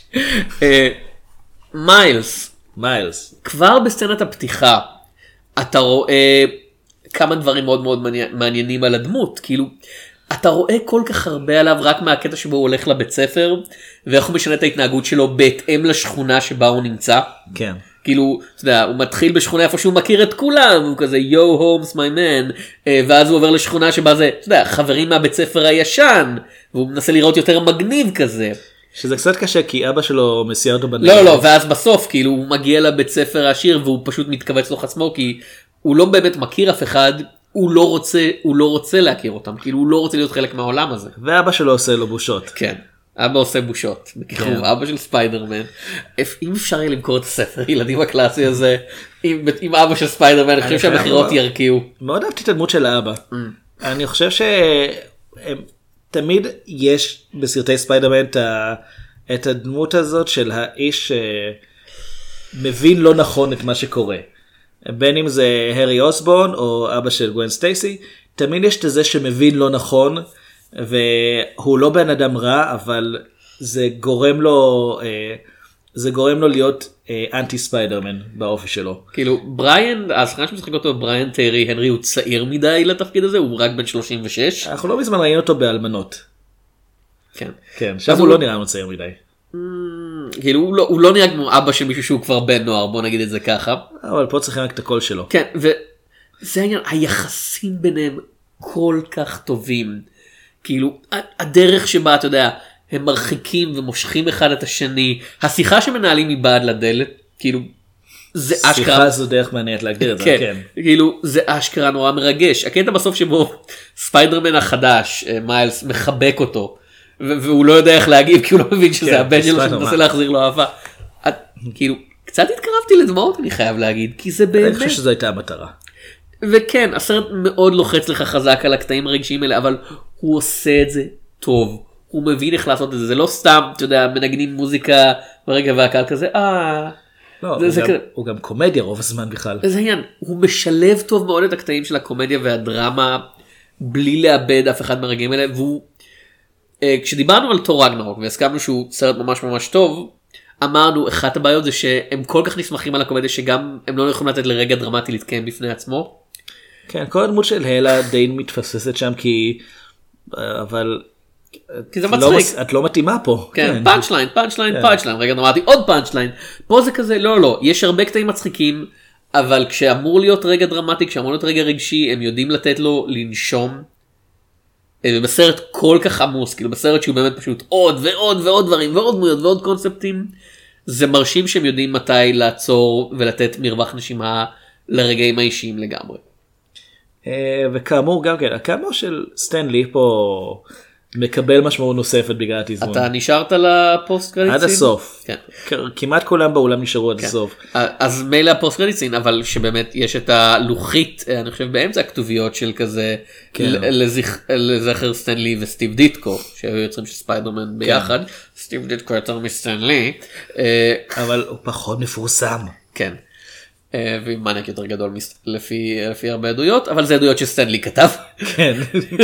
מיילס, כבר בסצנת הפתיחה, אתה רואה כמה דברים מאוד מאוד מעניינים על הדמות, כאילו, אתה רואה כל כך הרבה עליו רק מהקטע שבו הוא הולך לבית ספר, ואיך הוא משנה את ההתנהגות שלו בהתאם לשכונה שבה הוא נמצא. כן. כאילו, אתה יודע, הוא מתחיל בשכונה איפה שהוא מכיר את כולם, הוא כזה, yo homes my man, ואז הוא עובר לשכונה שבה זה, אתה יודע, חברים מהבית ספר הישן, והוא מנסה לראות יותר מגניב כזה. שזה קצת קשה כי אבא שלו מסיע אותו בנגב. לא, ואז בסוף, כאילו, הוא מגיע לבית ספר העשיר, והוא פשוט מתכווץ לו עצמו, כי הוא לא באמת מכיר אף אחד, הוא לא רוצה להכיר אותם, כאילו הוא לא רוצה להיות חלק מהעולם הזה. ואבא שלו עושה לו בושות. כן, אבא עושה בושות, בכיכוב, אבא של ספיידרמן. אם אפשר יהיה למכור את הספר ילדים הקלאסי הזה, עם אבא של ספיידרמן, אני חושב שהמחירות ירקיעו. מאוד אהבתי את הדמות של האבא. אני חושב שתמיד יש בסרטי ספיידרמן את הדמות הזאת של האיש שמבין לא נכון את מה שקורה. בין אם זה הרי אוסבורן או אבא של גווין סטייסי, תמיד יש את זה שמבין לא נכון, והוא לא בן אדם רע, אבל זה גורם לו להיות אנטי ספיידרמן באופי שלו. כאילו בריאן, השחקן שמשחק אותו בריאן טרי הנרי הוא צעיר מדי לתפקיד הזה, הוא רק בן 36. אנחנו לא מזמן ראינו אותו באלמנות. כן. כן, שם הוא לא נראה לנו צעיר מדי. כאילו הוא לא נראה כמו אבא של מישהו שהוא כבר בן נוער, בוא נגיד את זה ככה. אבל פה צריכים רק את הקול שלו. כן, וזה העניין, היחסים ביניהם כל כך טובים. כאילו הדרך שבה אתה יודע, הם מרחיקים ומושכים אחד את השני, השיחה שמנהלים מבעד לדלת, כאילו זה אשכרה. שיחה זו דרך מעניינת להגדיר את זה, כן. כאילו זה אשכרה נורא מרגש. הקטע בסוף שבו ספיידרמן החדש, מיילס, מחבק אותו. והוא לא יודע איך להגיב כי הוא לא מבין שזה הבן שלו שמנסה להחזיר לו אהבה. כאילו קצת התקרבתי לדמעות אני חייב להגיד כי זה באמת. אני חושב שזו הייתה המטרה. וכן הסרט מאוד לוחץ לך חזק על הקטעים הרגשיים האלה אבל הוא עושה את זה טוב. הוא מבין איך לעשות את זה. זה לא סתם אתה יודע מנגנים מוזיקה ברגע והקהל כזה לא, הוא גם קומדיה רוב הזמן בכלל. זה העניין. הוא משלב טוב מאוד את הקטעים של הקומדיה והדרמה בלי לאבד אף אחד מהרגעים האלה והוא כשדיברנו על תור רגנרוק והסכמנו שהוא סרט ממש ממש טוב, אמרנו אחת הבעיות זה שהם כל כך נסמכים על הקומדיה שגם הם לא יכולים לתת לרגע דרמטי להתקיים בפני עצמו. כן, כל הדמות של הלה די מתפססת שם כי זה מצחיק. את לא מתאימה פה. כן, פאנצ'ליין, רגע דרמטי, עוד פאנצ'ליין. פה זה כזה, לא, יש הרבה קטעים מצחיקים, אבל כשאמור להיות רגע דרמטי, כשאמור להיות רגע רגשי, הם יודעים לתת לו לנשום. ובסרט כל כך עמוס, כאילו בסרט שהוא באמת פשוט עוד ועוד ועוד דברים ועוד דמויות ועוד קונספטים, זה מרשים שהם יודעים מתי לעצור ולתת מרווח נשימה לרגעים האישיים לגמרי. וכאמור גם כן, הכאמור של סטן לי פה מקבל משמעות נוספת בגלל התזמון. אתה נשארת לפוסט קרדיט סין? עד הסוף. כן. כמעט כולם באולם נשארו עד הסוף. אז מילא הפוסט קרדיט סין, אבל שבאמת יש את הלוחית, אני חושב באמצע הכתוביות של כזה, לזכר סטן לי וסטיב דיטקו, שהיו יוצרים של ספיידרמן ביחד. סטיב דיטקו יותר מסטן לי. אבל הוא פחות מפורסם. כן. ועם מניאק יותר גדול לפי הרבה עדויות, אבל זה עדויות שסטן לי כתב. כן.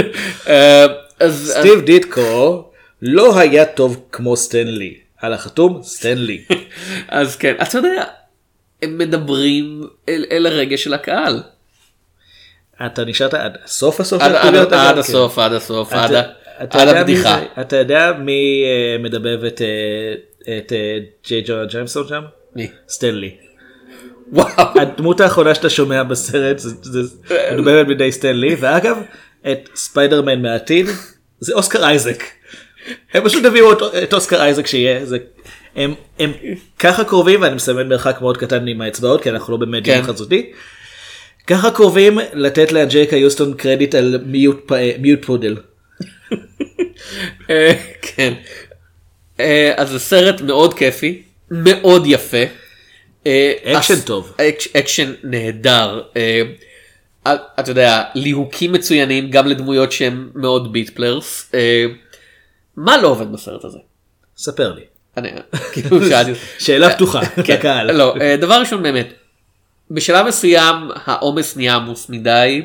סטיב דיטקו לא היה טוב כמו סטן לי. על החתום סטן לי. אז כן, אתה יודע, הם מדברים אל הרגש של הקהל. אתה נשארת עד הסוף עד הסוף, עד הבדיחה. אתה יודע מי מדבב את ג'יי ג'ונה ג'יימסון שם? מי? סטן לי. וואו. הדמות האחרונה שאתה שומע בסרט זה מדובבת בידי סטן לי, ואגב את ספיידרמן מהעתיד זה אוסקר אייזק. הם פשוט הביאו את אוסקר אייזק שיהיה, הם ככה קרובים, ואני מסמן מרחק מאוד קטן עם האצבעות כי אנחנו לא במדיום חזותי, ככה קרובים לתת לאנג'ליקה יוסטון קרדיט על מיוט פודל. כן. אז זה סרט מאוד כיפי, מאוד יפה. אקשן טוב. אקשן נהדר. אתה יודע, ליהוקים מצוינים גם לדמויות שהם מאוד ביט פליירס. מה לא עובד בסרט הזה? ספר לי. כאילו שאלתי. שאלה פתוחה, לקהל. לא, דבר ראשון באמת, בשלב מסוים העומס נהיה עמוס מדי,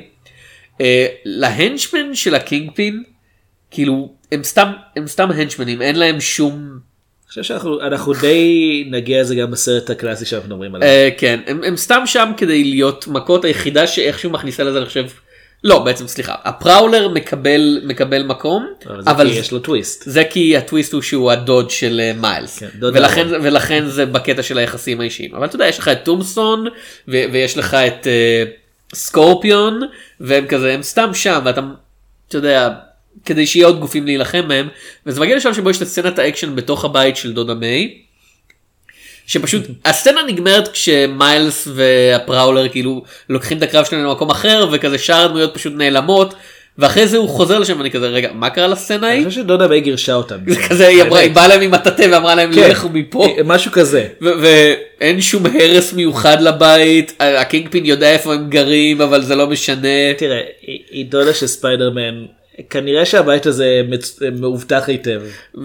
להנצ'מן של הקינגפין, כאילו הם סתם הנצ'מנים, אין להם שום... אני חושב שאנחנו די נגיע לזה גם בסרט הקלאסי שאנחנו מדברים עליו. כן, הם סתם שם כדי להיות מכות, היחידה שאיכשהו מכניסה לזה, אני חושב, לא בעצם סליחה, הפראולר מקבל מקום, אבל יש לו טוויסט. זה כי הטוויסט הוא שהוא הדוד של מיילס, ולכן זה בקטע של היחסים האישיים, אבל אתה יודע, יש לך את טומסון, ויש לך את סקורפיון, והם כזה, הם סתם שם, ואתה יודע, כדי שיהיה עוד גופים להילחם מהם, וזה מגיע לשם שבו יש את סצנת האקשן בתוך הבית של דודה מיי, שפשוט הסצנה נגמרת כשמיילס והפראולר כאילו לוקחים את הקרב שלהם למקום אחר, וכזה שאר הדמויות פשוט נעלמות, ואחרי זה הוא חוזר לשם ואני כזה רגע מה קרה לסצנה היא? אני חושב שדודה מיי גירשה אותם. זה כזה היא באה להם עם הטאטה ואמרה להם לכו מפה. משהו כזה. ואין שום הרס מיוחד לבית, הקינגפין יודע איפה הם גרים אבל זה לא משנה. תראה, היא דודה של ספיידרמן, כנראה שהבית הזה מאובטח היטב.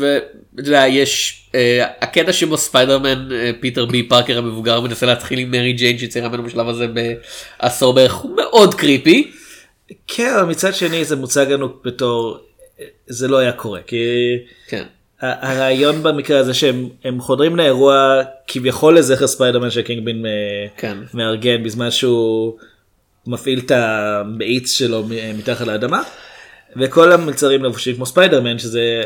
ויש הקטע שבו ספיידרמן, פיטר בי פארקר המבוגר מנסה להתחיל עם מרי ג'יין שציירה ממנו בשלב הזה בעשור בערך, הוא מאוד קריפי. כן, אבל מצד שני זה מוצג לנו בתור, זה לא היה קורה, כי הרעיון במקרה הזה שהם חודרים לאירוע כביכול לזכר ספיידרמן שקינגפין מארגן בזמן שהוא מפעיל את המאיץ שלו מתחת לאדמה. וכל המלצרים לבושים כמו ספיידרמן, שזה,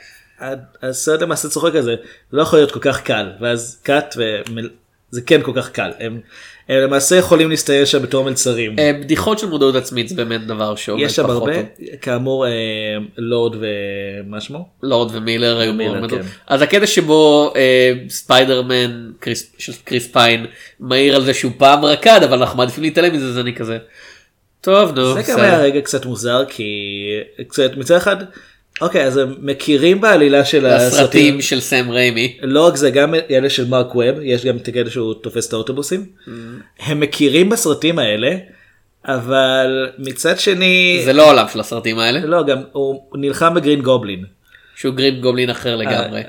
הסרט למעשה צוחק הזה, זה לא יכול להיות כל כך קל, ואז קאט, זה כן כל כך קל, הם למעשה יכולים להסתייל שם בתור מלצרים. בדיחות של מודעות עצמית זה באמת דבר שעובד פחות. יש שם הרבה, כאמור, לורד ומה שמו? לורד ומילר. אז הקטע שבו ספיידרמן של קריס פיין מעיר על זה שהוא פעם רקד, אבל אנחנו מעדיפים להתעלם מזה, זה אני כזה. טוב, נו. זה גם היה רגע קצת מוזר, כי מצד אחד, אוקיי, אז הם מכירים בעלילה של הסרטים של סם ריימי. לא רק זה, גם אלה של מרק ווב, יש גם את הקטע שהוא תופס את האוטובוסים. הם מכירים בסרטים האלה, אבל מצד שני... זה לא עולם של הסרטים האלה. לא, גם הוא נלחם בגרין גובלין. שהוא גרין גובלין אחר לגמרי.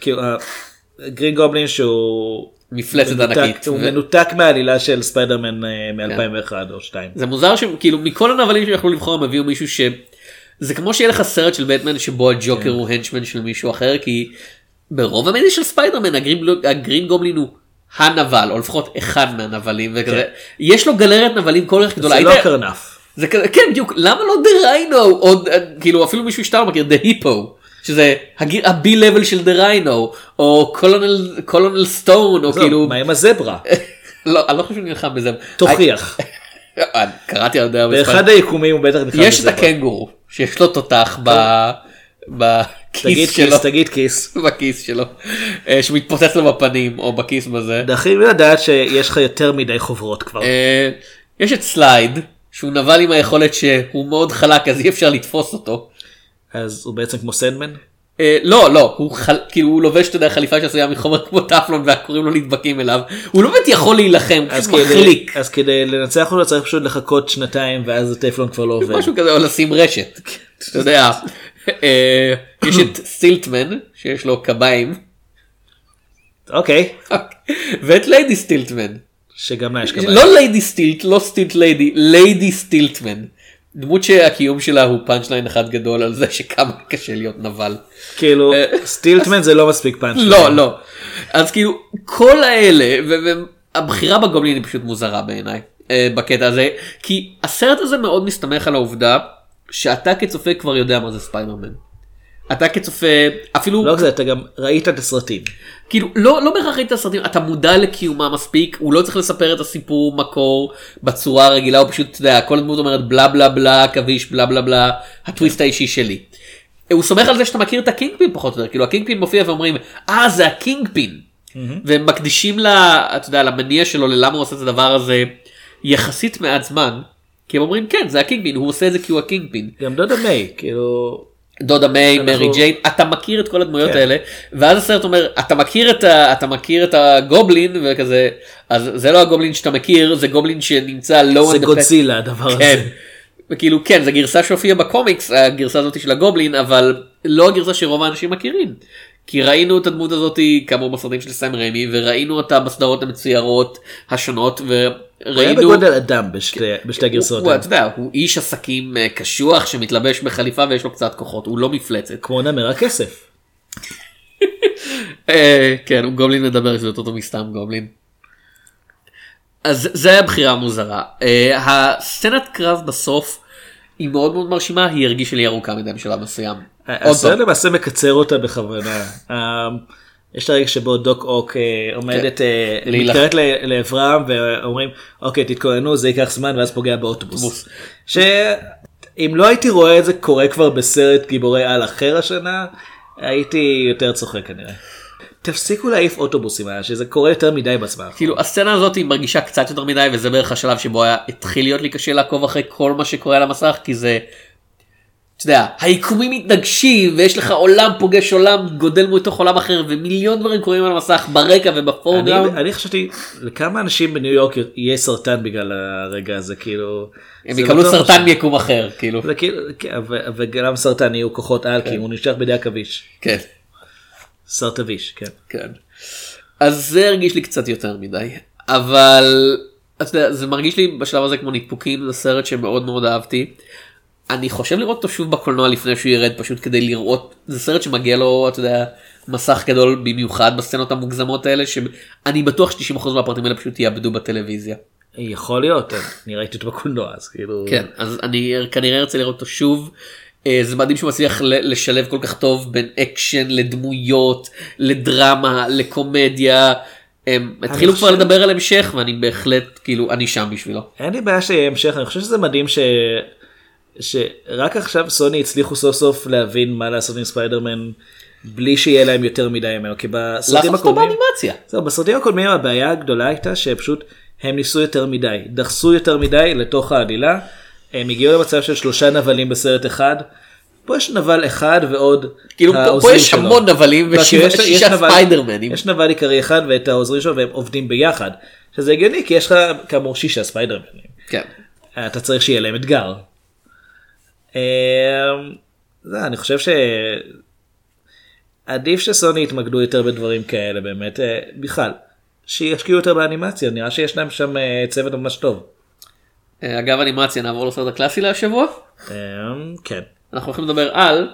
גרין גובלין שהוא... מפלצת ענקית. הוא מנותק מהעלילה של ספיידרמן מ-2001 או 2. זה מוזר שכאילו מכל הנבלים שיכולו לבחור הם הביאו מישהו ש... זה כמו שיהיה לך סרט של בטמן שבו הג'וקר הוא הנצ'מן של מישהו אחר, כי ברוב המדינה של ספיידרמן הגרין גובלין הוא הנבל, או לפחות אחד מהנבלים, וכזה. יש לו גלריית נבלים כל כך גדולה. זה לא קרנף. כן, בדיוק. למה לא The Rhino? או כאילו אפילו מישהו שאתה לא מכיר, The Hippo. שזה ה-B-level של The Rhino, או קולונל סטון, או כאילו... מה עם הזברה? לא, אני לא חושב שנלחם בזה. תוכיח. קראתי על זה. באחד היקומים הוא בטח נלחם בזברה. יש את הקנגורו, שיש לו תותח בכיס שלו. תגיד כיס. בכיס שלו. שמתפוצץ לו בפנים, או בכיס בזה. דחים לדעת שיש לך יותר מדי חוברות כבר. יש את סלייד, שהוא נבל עם היכולת שהוא מאוד חלק, אז אי אפשר לתפוס אותו. אז הוא בעצם כמו סנדמן? לא, הוא לובש את החליפה שעשויה מחומר כמו טפלון והקוראים לו נדבקים אליו, הוא לא באמת יכול להילחם, הוא פשוט מחליק. אז כדי לנצח אותו צריך פשוט לחכות 2 ואז הטפלון כבר לא עובד. משהו כזה, או לשים רשת, אתה יודע. יש את סטילטמן שיש לו קביים. אוקיי. ואת ליידי סטילטמן. שגם לה יש קביים. לא ליידי סטילט, לא סטילט ליידי, ליידי סטילטמן. דמות שהקיום שלה הוא פאנצ'ליין אחד גדול על זה שכמה קשה להיות נבל. כאילו סטילטמן זה לא מספיק פאנצ'ליין. לא. אז כאילו כל האלה והבחירה בגובלין היא פשוט מוזרה בעיניי בקטע הזה. כי הסרט הזה מאוד מסתמך על העובדה שאתה כצופה כבר יודע מה זה ספיידרמן. אתה כצופה אפילו... לא כזה, אתה גם ראית את הסרטים. כאילו, לא בהכרח ראית את הסרטים, אתה מודע לקיומה מספיק, הוא לא צריך לספר את הסיפור מקור בצורה הרגילה, הוא פשוט, אתה יודע, כל הדמות אומרת בלה בלה בלה, כביש בלה בלה בלה, הטוויסט האישי שלי. הוא סומך על זה שאתה מכיר את הקינגפין פחות או יותר, כאילו הקינגפין מופיע ואומרים, זה הקינגפין. והם מקדישים אתה יודע, למניע שלו, ללמה הוא עושה את הדבר הזה יחסית מעט זמן, כי הם אומרים, כן, זה הקינגפין, הוא עושה את זה כי הוא הקינגפין. גם דודה מיי, כאילו... דודה מיי, מרי ג'יין, אתה מכיר את כל הדמויות האלה, ואז הסרט אומר, אתה מכיר את הגובלין, וכזה, אז זה לא הגובלין שאתה מכיר, זה גובלין שנמצא לא... זה גודזילה הדבר הזה. וכאילו, כן, זה גרסה שהופיעה בקומיקס, הגרסה הזאת של הגובלין, אבל לא הגרסה שרוב האנשים מכירים. כי ראינו את הדמות הזאת כאמור בסרטים של סם ריימי, וראינו אותה בסדרות המצוירות השונות, הוא היה וראינו... בגודל אדם בשתי הגרסאות. אתה יודע, הוא איש עסקים קשוח שמתלבש בחליפה ויש לו קצת כוחות, הוא לא מפלצת. כמו נמר הכסף. כן, הוא גובלין מדבר, זה אותו מסתם גובלין. אז זה היה בחירה מוזרה. הסצנת קרב בסוף היא מאוד מאוד מרשימה, היא הרגישה לי ארוכה מדי בשלב מסוים. הסרט למעשה מקצר אותה בכוונה. יש את הרגע שבו דוק אוק עומדת, מתקראת לעברם ואומרים, אוקיי, תתכוננו, זה ייקח זמן, ואז פוגע באוטובוס. שאם לא הייתי רואה את זה קורה כבר בסרט גיבורי על אחר השנה, הייתי יותר צוחק כנראה. תפסיקו להעיף אוטובוסים, שזה קורה יותר מדי בזמן. כאילו הסצנה הזאת היא מרגישה קצת יותר מדי, וזה בערך השלב שבו התחיל להיות לי קשה לעקוב אחרי כל מה שקורה על המסך, כי זה, אתה יודע, היקומים מתנגשים, ויש לך עולם פוגש עולם, גודל מתוך עולם אחר, ומיליון דברים קורים על המסך ברקע ובפורגראונד. אני חשבתי, לכמה אנשים בניו יורק יהיה סרטן בגלל הרגע הזה, כאילו... הם יקבלו סרטן מיקום אחר, כאילו. וגם סרטן יהיו כוחות על, כי הוא נשאר בידי עכביש. כן. סרטביש, כן. כן. אז זה הרגיש לי קצת יותר מדי, אבל אתה יודע, זה מרגיש לי בשלב הזה כמו נדפוקים, זה סרט שמאוד מאוד אהבתי. אני חושב לראות אותו שוב בקולנוע לפני שהוא ירד, פשוט כדי לראות, זה סרט שמגיע לו, אתה יודע, מסך גדול במיוחד בסצנות המוגזמות האלה, שאני בטוח ש90% מהפרטים האלה פשוט יאבדו בטלוויזיה. יכול להיות, אני ראיתי אותו בקולנוע, אז כאילו... כן, אז אני כנראה ארצה לראות אותו שוב. זה מדהים שהוא מצליח לשלב כל כך טוב בין אקשן לדמויות, לדרמה, לקומדיה. הם התחילו כבר לדבר על המשך, ואני בהחלט, כאילו, אני שם בשבילו. אין לי בעיה שיהיה המשך, אני חושב שזה מדהים שרק עכשיו סוני הצליחו סוף סוף להבין מה לעשות עם ספיידרמן, בלי שיהיה להם יותר מדי ממנו, כי בסרטים הקודמים... בסרטים הקודמים הבעיה הגדולה הייתה שפשוט הם ניסו יותר מדי, דחסו יותר מדי לתוך העלילה, הם הגיעו למצב של 3 נבלים בסרט אחד, פה יש נבל אחד ועוד כאילו העוזרים פה יש שלו. המון נבלים ושישה ספיידרמנים. יש נבל עיקרי אחד ואת העוזרים שלו והם עובדים ביחד, שזה הגיוני כי יש לך כאמור 6 ספיידרמנים. כן. אתה צריך שיהיה להם אתגר. אני חושב שעדיף שסוני יתמקדו יותר בדברים כאלה באמת, בכלל, שישקיעו יותר באנימציה, נראה שיש להם שם צוות ממש טוב. אגב אנימציה, נעבור לסרט הקלאסי להשבוע? כן. אנחנו הולכים לדבר על...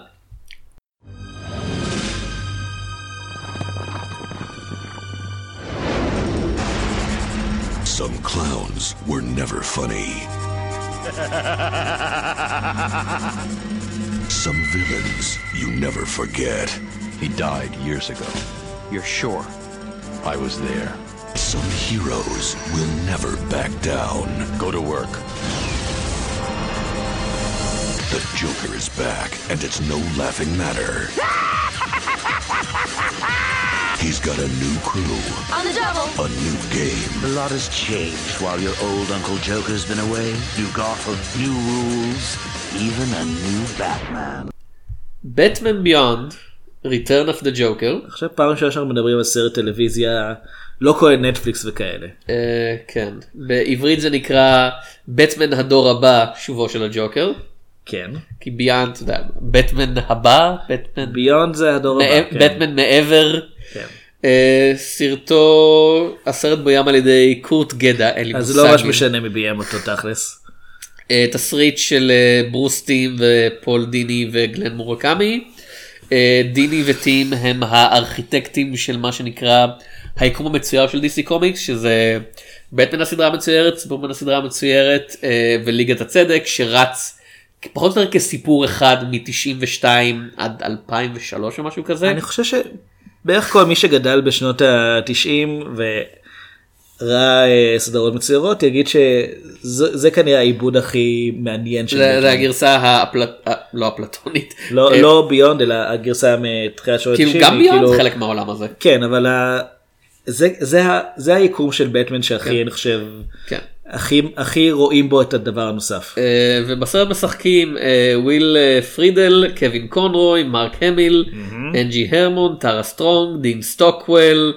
Some clowns were never funny. Some villains you never forget. He died years ago. You're sure? I was there. Some heroes will never back down. Go to work. The Joker is back, and it's no laughing matter. He's got a new crew. On the double. A new game. A lot has changed while your old Uncle Joker's been away. New Gotham, new rules, even a new Batman. Batman Beyond, Return of the Joker. עכשיו פעם שאנחנו מדברים על סרט טלוויזיה, לא כולל נטפליקס וכאלה. כן. בעברית זה נקרא Batman הדור הבא, שובו של הג'וקר. כן. כי ביונד, אתה יודע, בטמן הבא, ביונד זה הדור הבא. בטמן מעבר. סרטו, הסרט בוים על ידי קורט גדה, אין לי מושג. אז לא ממש משנה מי ביים אותו תכלס. תסריט של ברוס טים ופול דיני וגלן מורקאמי. דיני וטים הם הארכיטקטים של מה שנקרא היקום המצויר של DC קומיקס, שזה בטמן הסדרה המצוירת, סופרמן הסדרה המצוירת וליגת הצדק, שרץ פחות או יותר כסיפור אחד מ-92 עד 2003 או משהו כזה. אני חושב שבערך כל מי שגדל בשנות ה-90 וראה סדרות מצוירות יגיד שזה כנראה העיבוד הכי מעניין של בטמן. זה הגרסה לא אפלטונית. לא ביונד אלא הגרסה מתחילת שנות ה-90. כאילו גם ביונד חלק מהעולם הזה. כן, אבל זה היקום של בטמן שהכי אני חושב הכי רואים בו את הדבר הנוסף. ובסרט משחקים וויל פרידל, קווין קונרוי, מרק המיל, אנג'י הרמון, טרה סטרונג, דין סטוקוול,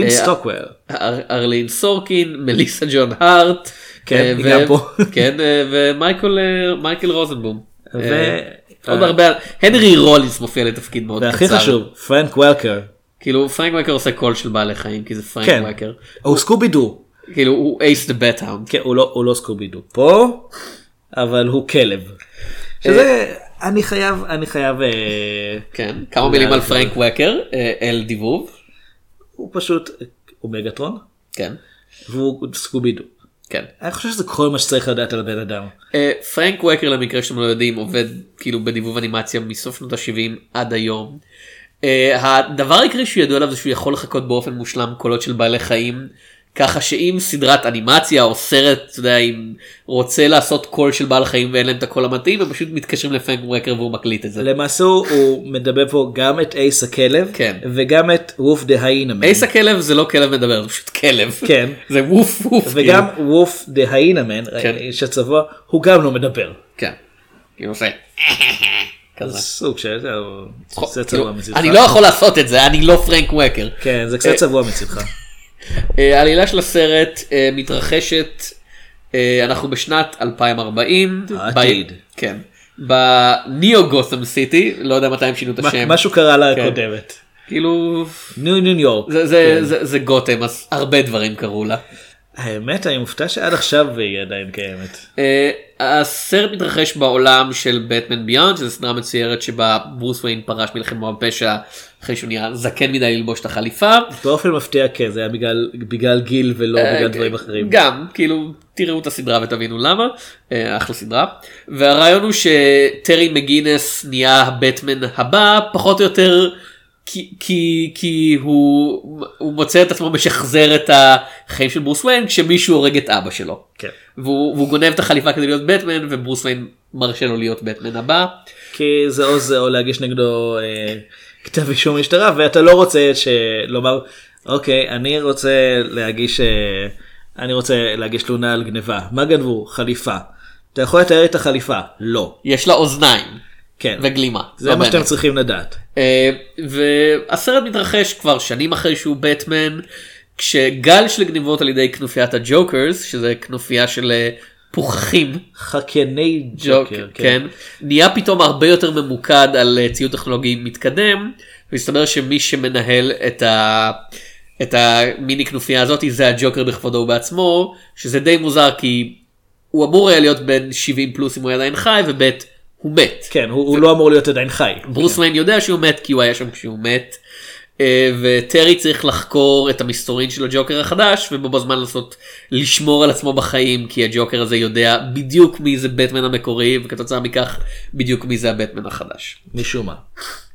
ארלין סורקין, מליסה ג'ון הארט, ומייקל רוזנבום. עוד הרבה, הנרי רולינס מופיע לתפקיד מאוד קצר. והכי חשוב, פרנק וולקר. כאילו פרנק וולקר עושה קול של בעלי חיים, כי זה פרנק וולקר. הוא סקובי דו. כאילו הוא אייס דה בט-האונד. כן, הוא לא סקובי דו. פה, אבל הוא כלב. שזה, אני חייב... כן, כמה מילים על פרנק וולקר, אל דיבוב. הוא פשוט, הוא מגטרון. כן. והוא סקובי דו. כן. אני חושב שזה כל מה שצריך לדעת על הבן אדם. פרנק ווקר, למקרה שאתם לא יודעים, עובד כאילו בדיבוב אנימציה מסוף שנות ה-70 עד היום. הדבר העיקרי שהוא ידוע עליו זה שהוא יכול לחכות באופן מושלם קולות של בעלי חיים, ככה שאם סדרת אנימציה או סרט, אתה יודע, אם רוצה לעשות קול של בעל חיים ואין להם את הקול המתאים, הם פשוט מתקשרים לפרנק ווקר והוא מקליט את זה. למעשה הוא מדבר פה גם את אייס הכלב, כן. וגם את ווף דה היינמן. אייס הכלב זה לא כלב מדבר, זה פשוט כלב. כן. זה ווף ווף. וגם ווף דה היינמן, איש הצבוע, הוא גם לא מדבר. כן. כאילו עושה... כזה. סוג של זה, קצת צבוע מצדך. אני לא יכול לעשות את זה, אני לא פרנק ווקר. כן, זה קצת צבוע מצדך. העלילה של הסרט מתרחשת, אנחנו בשנת 2040. העתיד. כן. בניו גות'ם סיטי, לא יודע מתי הם שינו את השם. משהו קרה לה הקודמת. כאילו... ניו יורק. זה גות'ם, אז הרבה דברים קרו לה. האמת, אני מופתע שעד עכשיו היא עדיין קיימת. הסרט מתרחש בעולם של בטמן ביונד, שזו סדרה מצוירת שבה ברוס וויין פרש מלחמת הפשע אחרי שהוא נהיה זקן מדי ללבוש את החליפה. באופן מפתיע כן, זה היה בגלל גיל ולא בגלל דברים אחרים. גם, כאילו, תראו את הסדרה ותבינו למה, אחלה סדרה. והרעיון הוא שטרי מגינס נהיה הבטמן הבא, פחות או יותר... כי הוא מוצא את עצמו משחזר את החיים של ברוס וויין כשמישהו הורג את אבא שלו. כן. והוא גונב את החליפה כדי להיות בטמן וברוס וויין מרשה לו להיות בטמן הבא. כי זה או להגיש נגדו כתב אישום משטרה ואתה לא רוצה לומר אוקיי אני רוצה להגיש תלונה על גניבה. מה גנבו? חליפה. אתה יכול לתאר את החליפה? לא. יש לה אוזניים. כן. וגלימה. זה מה שאתם צריכים לדעת. והסרט מתרחש כבר שנים אחרי שהוא בטמן, כשגל של גניבות על ידי כנופיית הג'וקרס, שזה כנופיה של פוחחים. חקייני ג'וקר. כן. נהיה פתאום הרבה יותר ממוקד על ציוד טכנולוגי מתקדם, והסתבר שמי שמנהל את המיני כנופיה הזאת זה הג'וקר בכבודו ובעצמו, שזה די מוזר כי הוא אמור היה להיות בין 70 פלוס אם הוא עדיין חי, ובית הוא מת. כן, הוא לא אמור להיות עדיין חי. ברוס וויין יודע שהוא מת כי הוא היה שם כשהוא מת. וטרי צריך לחקור את המסתורין של הג'וקר החדש, ובו בזמן לשמור על עצמו בחיים, כי הג'וקר הזה יודע בדיוק מי זה בטמן המקורי, וכתוצאה מכך בדיוק מי זה הבטמן החדש. משום מה.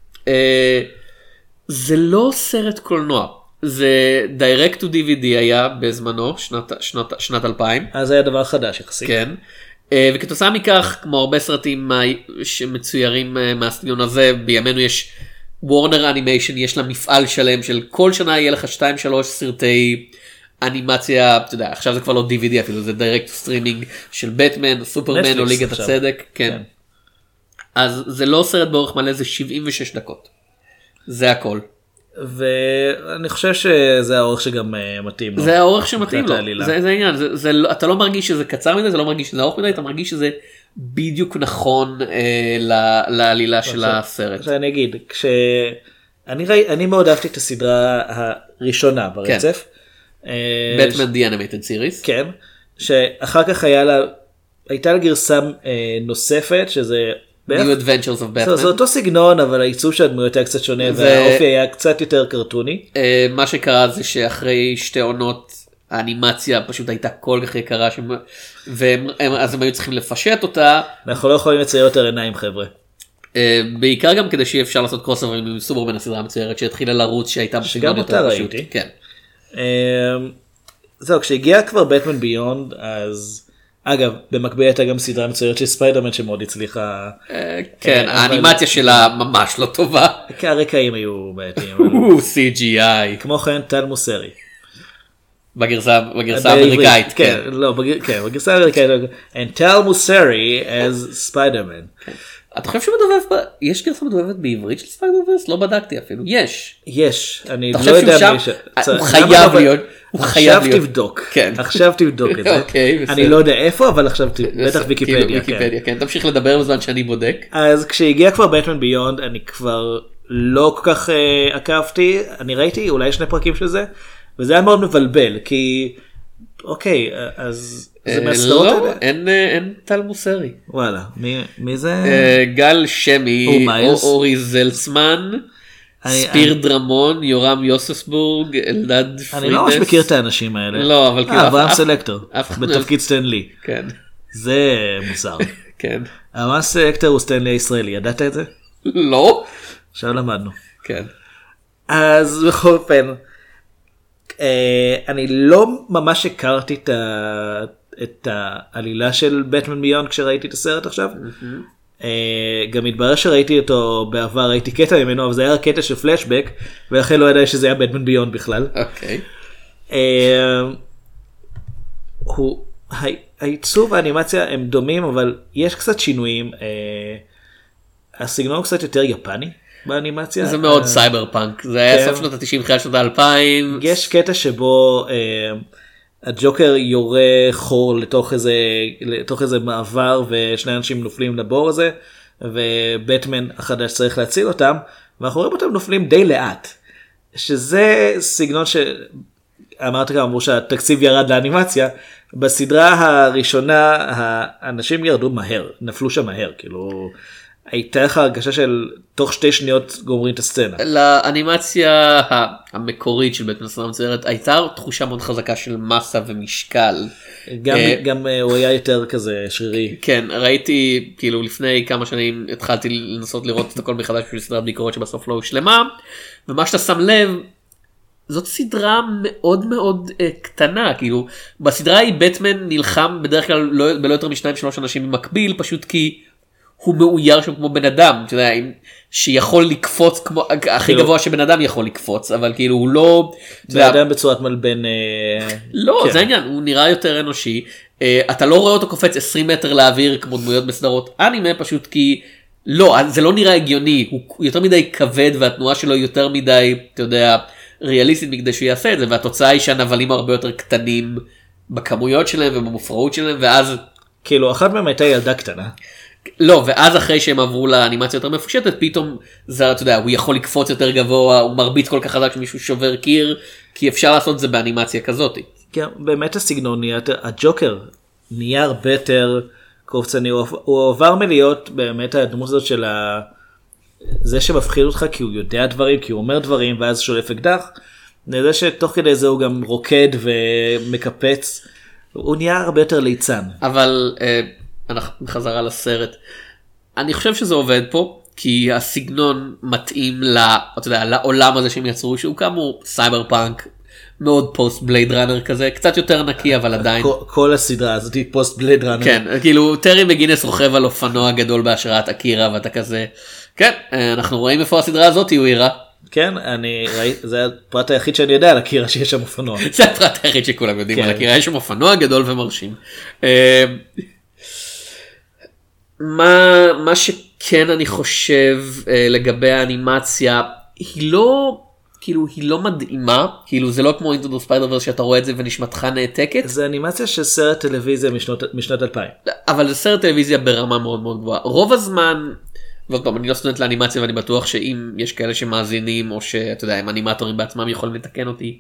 זה לא סרט קולנוע. זה direct to DVD היה בזמנו, שנת 2000. אז זה היה דבר חדש יחסית. כן. וכתוצאה מכך, כמו הרבה סרטים שמצוירים מהסגנון הזה, בימינו יש וורנר אנימיישן, יש לה מפעל שלם של כל שנה יהיה לך 2-3 סרטי אנימציה, אתה יודע, עכשיו זה כבר לא DVD אפילו, זה direct to streaming של בטמן, סופרמן או ליגת הצדק. כן. אז זה לא סרט באורך מלא, זה 76 דקות. זה הכל. ואני חושב שזה האורך שגם מתאים לו. זה האורך שמתאים לו, זה העניין, אתה לא מרגיש שזה קצר מדי, זה לא מרגיש שזה ארוך מדי, אתה מרגיש שזה בדיוק נכון לעלילה של הסרט. אני אגיד, אני מאוד אהבתי את הסדרה הראשונה ברצף. Batman The Animated Series. כן, שאחר כך הייתה לה גרסה נוספת, שזה... New Adventures of Batman. זה אותו סגנון, אבל העיצוב של הדמויות היה קצת שונה, והאופי היה קצת יותר קרטוני. מה שקרה זה שאחרי 2 עונות, האנימציה פשוט הייתה כל כך יקרה, אז הם היו צריכים לפשט אותה. אנחנו לא יכולים לצייר יותר עיניים, חבר'ה. בעיקר גם כדי שיהיה אפשר לעשות קרוסוברים עם סופרמן הסדרה המצוירת, שהתחילה לרוץ שהייתה בסגנון יותר פשוט. כן. זהו, כשהגיע כבר בטמן ביונד, אז... אגב, במקביל הייתה גם סדרה מצוירת של ספיידרמן שמאוד הצליחה. כן, האנימציה שלה ממש לא טובה. הרקעים היו בעייתיים. CGI. כמו כן, טל מוסרי. בגרסה האמריקאית. כן, בגרסה האמריקאית. And טל מוסרי as Spider-Man. אתה חושב שמדובב, יש גרסה מדובבת בעברית של ספיידר-ורס? לא בדקתי אפילו, יש. אני לא יודע הוא חייב להיות. עכשיו תבדוק, עכשיו תבדוק את זה. אני לא יודע איפה, אבל עכשיו בטח ויקיפדיה. כן, תמשיך לדבר בזמן שאני בודק. אז כשהגיע כבר בטמן ביונד, אני כבר לא כל כך עקבתי, אני ראיתי אולי 2 פרקים של זה, וזה היה מאוד מבלבל, כי אוקיי, אז זה מהסדרות האלה? לא, אין טל מוסרי. וואלה, מי זה? גל שמי, אורי זלצמן, ספיר דרמון, יורם יוססבורג, אלדד פרידס. אני לא ממש מכיר את האנשים האלה. לא, אבל כאילו... אברהם סלקטור, בתפקיד סטנלי. כן. זה מוזר. כן. אברהם סלקטור הוא סטנלי הישראלי, ידעת את זה? לא. עכשיו למדנו. כן. אז בכל אופן, אני לא ממש הכרתי את העלילה של בטמן ביונד כשראיתי את הסרט עכשיו. גם התברר שראיתי אותו בעבר, ראיתי קטע ממנו, אבל זה היה קטע של פלשבק, ולכן לא ידעתי שזה היה בטמן ביונד בכלל. אוקיי. העיצוב והאנימציה הם דומים, אבל יש קצת שינויים. הסגנון קצת יותר יפני באנימציה. זה מאוד סייבר פאנק, זה היה סוף שנות ה-90, חיית שנות ה-2000. יש קטע שבו הג'וקר יורה חור לתוך איזה מעבר, ושני אנשים נופלים לבור הזה, ובטמן החדש צריך להציל אותם, ואנחנו רואים אותם נופלים די לאט. שזה סגנון אמרת גם, אמרו שהתקציב ירד לאנימציה, בסדרה הראשונה האנשים ירדו מהר, נפלו שם מהר, כאילו הייתה לך הרגשה של תוך 2 שניות גומרים את הסצנה. לאנימציה המקורית של בטמן הסדרה המצוירת הייתה תחושה מאוד חזקה של מסה ומשקל. גם הוא היה יותר כזה שרירי. כן, ראיתי כאילו לפני כמה שנים התחלתי לנסות לראות את הכל מחדש בשביל סדרת ביקורת שבסוף לא הושלמה, ומה שאתה שם לב, זאת סדרה מאוד מאוד קטנה, כאילו בסדרה היא בטמן נלחם בדרך כלל בלא יותר מ2-3 אנשים במקביל, פשוט כי הוא מאויר שם כמו בן אדם, אתה יודע, שיכול לקפוץ כמו, הכי גבוה שבן אדם יכול לקפוץ, אבל כאילו הוא לא... בן אדם בצורת מלבן... לא, זה העניין, הוא נראה יותר אנושי, אתה לא רואה אותו קופץ 20 מטר לאוויר כמו דמויות בסדרות אנימה, פשוט כי... לא, זה לא נראה הגיוני, הוא יותר מדי כבד והתנועה שלו יותר מדי, אתה יודע, ריאליסטית מכדי שהוא יעשה את זה, והתוצאה היא שהנבלים הרבה יותר קטנים בכמויות שלהם ובמופרעות שלהם, ואז... כאילו, אחת מהם הייתה ילדה קטנה. לא, ואז אחרי שהם עברו לאנימציה יותר מפושטת, פתאום זה, אתה יודע, הוא יכול לקפוץ יותר גבוה, הוא מרביץ כל כך חזק שמישהו שובר קיר, כי אפשר לעשות זה באנימציה כזאת. כן, באמת הסגנון נהיה, הג'וקר נהיה הרבה יותר קופצני, הוא עבר מלהיות באמת הדמות הזאת של זה שמפחיד אותך כי הוא יודע דברים, כי הוא אומר דברים, ואז שולף אקדח, זה שתוך כדי זה הוא גם רוקד ומקפץ, הוא נהיה הרבה יותר ליצן. אבל... אנחנו חזרה לסרט. אני חושב שזה עובד פה, כי הסגנון מתאים אתה יודע, לעולם הזה שהם יצרו, שהוא כאמור סייבר פאנק, מאוד פוסט בלייד ראנר כזה, קצת יותר נקי, אבל עדיין. כל הסדרה הזאת היא פוסט בלייד ראנר. כן, כאילו טרי מגינס רוכב על אופנוע גדול בהשראת אקירה, ואתה כזה, כן, אנחנו רואים איפה הסדרה הזאת הוא יראה. כן, זה הפרט היחיד שאני יודע על אקירה שיש שם אופנוע. זה הפרט היחיד שכולם יודעים על אקירה, יש שם אופנוע גדול ומרשים. מה שכן אני חושב לגבי האנימציה, היא לא מדהימה, כאילו זה לא כמו Into the Spider-Verse שאתה רואה את זה ונשמתך נעתקת. זה אנימציה של סרט טלוויזיה משנת 2000. אבל זה סרט טלוויזיה ברמה מאוד מאוד גבוהה. רוב הזמן, ועוד פעם, אני לא סטודנט לאנימציה ואני בטוח שאם יש כאלה שמאזינים או שאתה יודע, הם אנימטורים בעצמם יכולים לתקן אותי.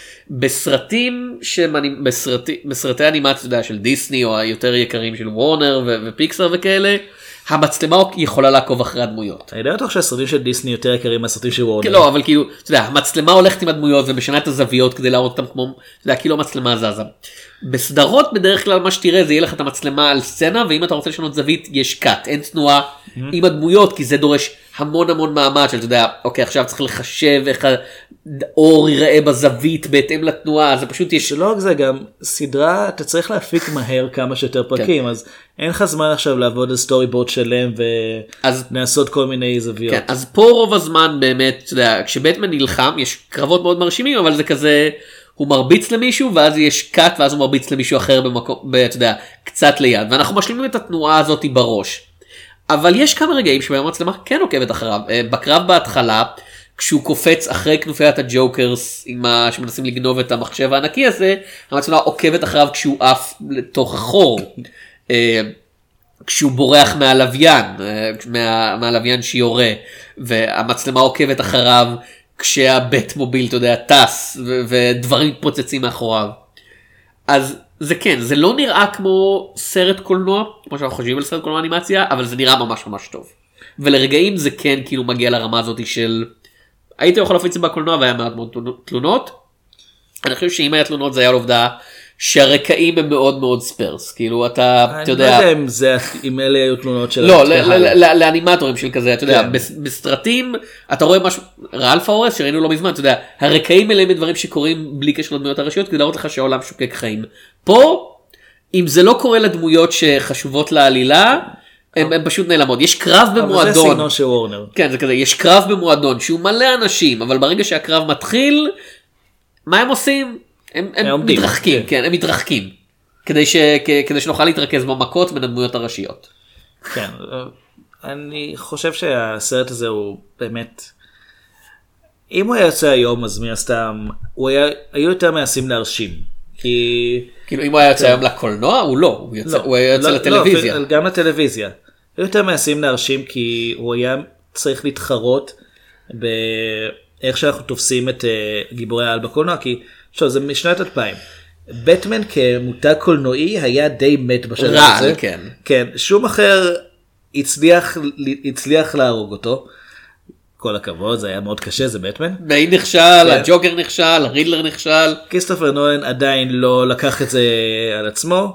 בסרטי אנימציה של דיסני או היותר יקרים של וורנר ופיקסר וכאלה, המצלמה יכולה לעקוב אחרי הדמויות. אני יודע אותך שהסרטים של דיסני יותר יקרים מהסרטים של וורנר. לא, אבל כאילו, אתה יודע, המצלמה הולכת עם הדמויות ומשנה את הזוויות כדי להראות אותם כמו, אתה יודע, כאילו המצלמה זזה. בסדרות בדרך כלל מה שתראה זה יהיה לך את המצלמה על סצנה, ואם אתה רוצה לשנות זווית יש קאט, אין תנועה עם הדמויות, כי זה דורש המון מאמץ של, אתה יודע, אוקיי, עכשיו צריך לחשב איך האור ייראה בזווית בהתאם לתנועה, זה פשוט יש... שלא זה גם סדרה, אתה צריך להפיק מהר כמה שיותר פרקים, אז אין לך זמן עכשיו לעבוד על סטורי בורד שלם ולעשות כל מיני זוויות. כן, אז פה רוב הזמן באמת, אתה יודע, כשבטמן נלחם, יש קרבות מאוד מרשימים, אבל זה כזה... הוא מרביץ למישהו ואז יש קאט ואז הוא מרביץ למישהו אחר במקום, אתה יודע, קצת ליד, ואנחנו משלימים את התנועה הזאת בראש. אבל יש כמה רגעים שבהם המצלמה כן עוקבת אחריו. בקרב בהתחלה, כשהוא קופץ אחרי כנופיית הג'וקרס שמנסים לגנוב את המחשב הענקי הזה, המצלמה עוקבת אחריו כשהוא עף לתוך החור. כשהוא בורח מהלוויין, מהלוויין שיורה, והמצלמה עוקבת אחריו כשהבית מוביל, אתה יודע, טס, ודברים מתפוצצים מאחוריו. אז זה כן, זה לא נראה כמו סרט קולנוע, כמו שאנחנו חושבים על סרט קולנוע אנימציה, אבל זה נראה ממש ממש טוב. ולרגעים זה כן כאילו מגיע לרמה הזאת של, הייתי יכול להפיץ בקולנוע והיה מעט מאוד תלונות. אני חושב שאם היה תלונות זה היה על עובדה שהרקעים הם מאוד מאוד ספרס, כאילו אתה יודע, אני לא יודע אם אלה היו תלונות של... לא, לאנימטורים של כזה, אתה יודע, בסרטים אתה רואה משהו, ראלף האורס שראינו לא מזמן, אתה יודע, הרקעים אלה הם דברים שקורים בלי קשר לדמויות הראשיות, כדי להראות לך שהעולם שוקק חיים. פה, אם זה לא קורה לדמויות שחשובות לעלילה, הם פשוט נעלמות. יש קרב במועדון. אבל זה סגנון של וורנר. כן, זה כזה, יש קרב במועדון שהוא מלא אנשים, אבל ברגע שהקרב מתחיל, מה הם עושים? הם מתרחקים, כן, הם מתרחקים. כדי שנוכל להתרכז במכות בין הדמויות הראשיות. כן, אני חושב שהסרט הזה הוא באמת, אם הוא היה יוצא היום, אז מן הסתם, היו יותר מנסים להרשים. כאילו אם הוא היה יוצא היום לקולנוע, הוא לא, הוא היה יוצא לטלוויזיה. לא, גם לטלוויזיה. היו יותר מנסים להרשים כי הוא היה צריך להתחרות באיך שאנחנו תופסים את גיבורי העל בקולנוע, כי זה משנת 2000. בטמן כמותג קולנועי היה די מת בשלב הזה. כן. כן, שום אחר הצליח להרוג אותו. כל הכבוד, זה היה מאוד קשה, זה בטמן. ביין נכשל, הג'וקר נכשל, הרידלר נכשל. כריסטופר נולן עדיין לא לקח את זה על עצמו.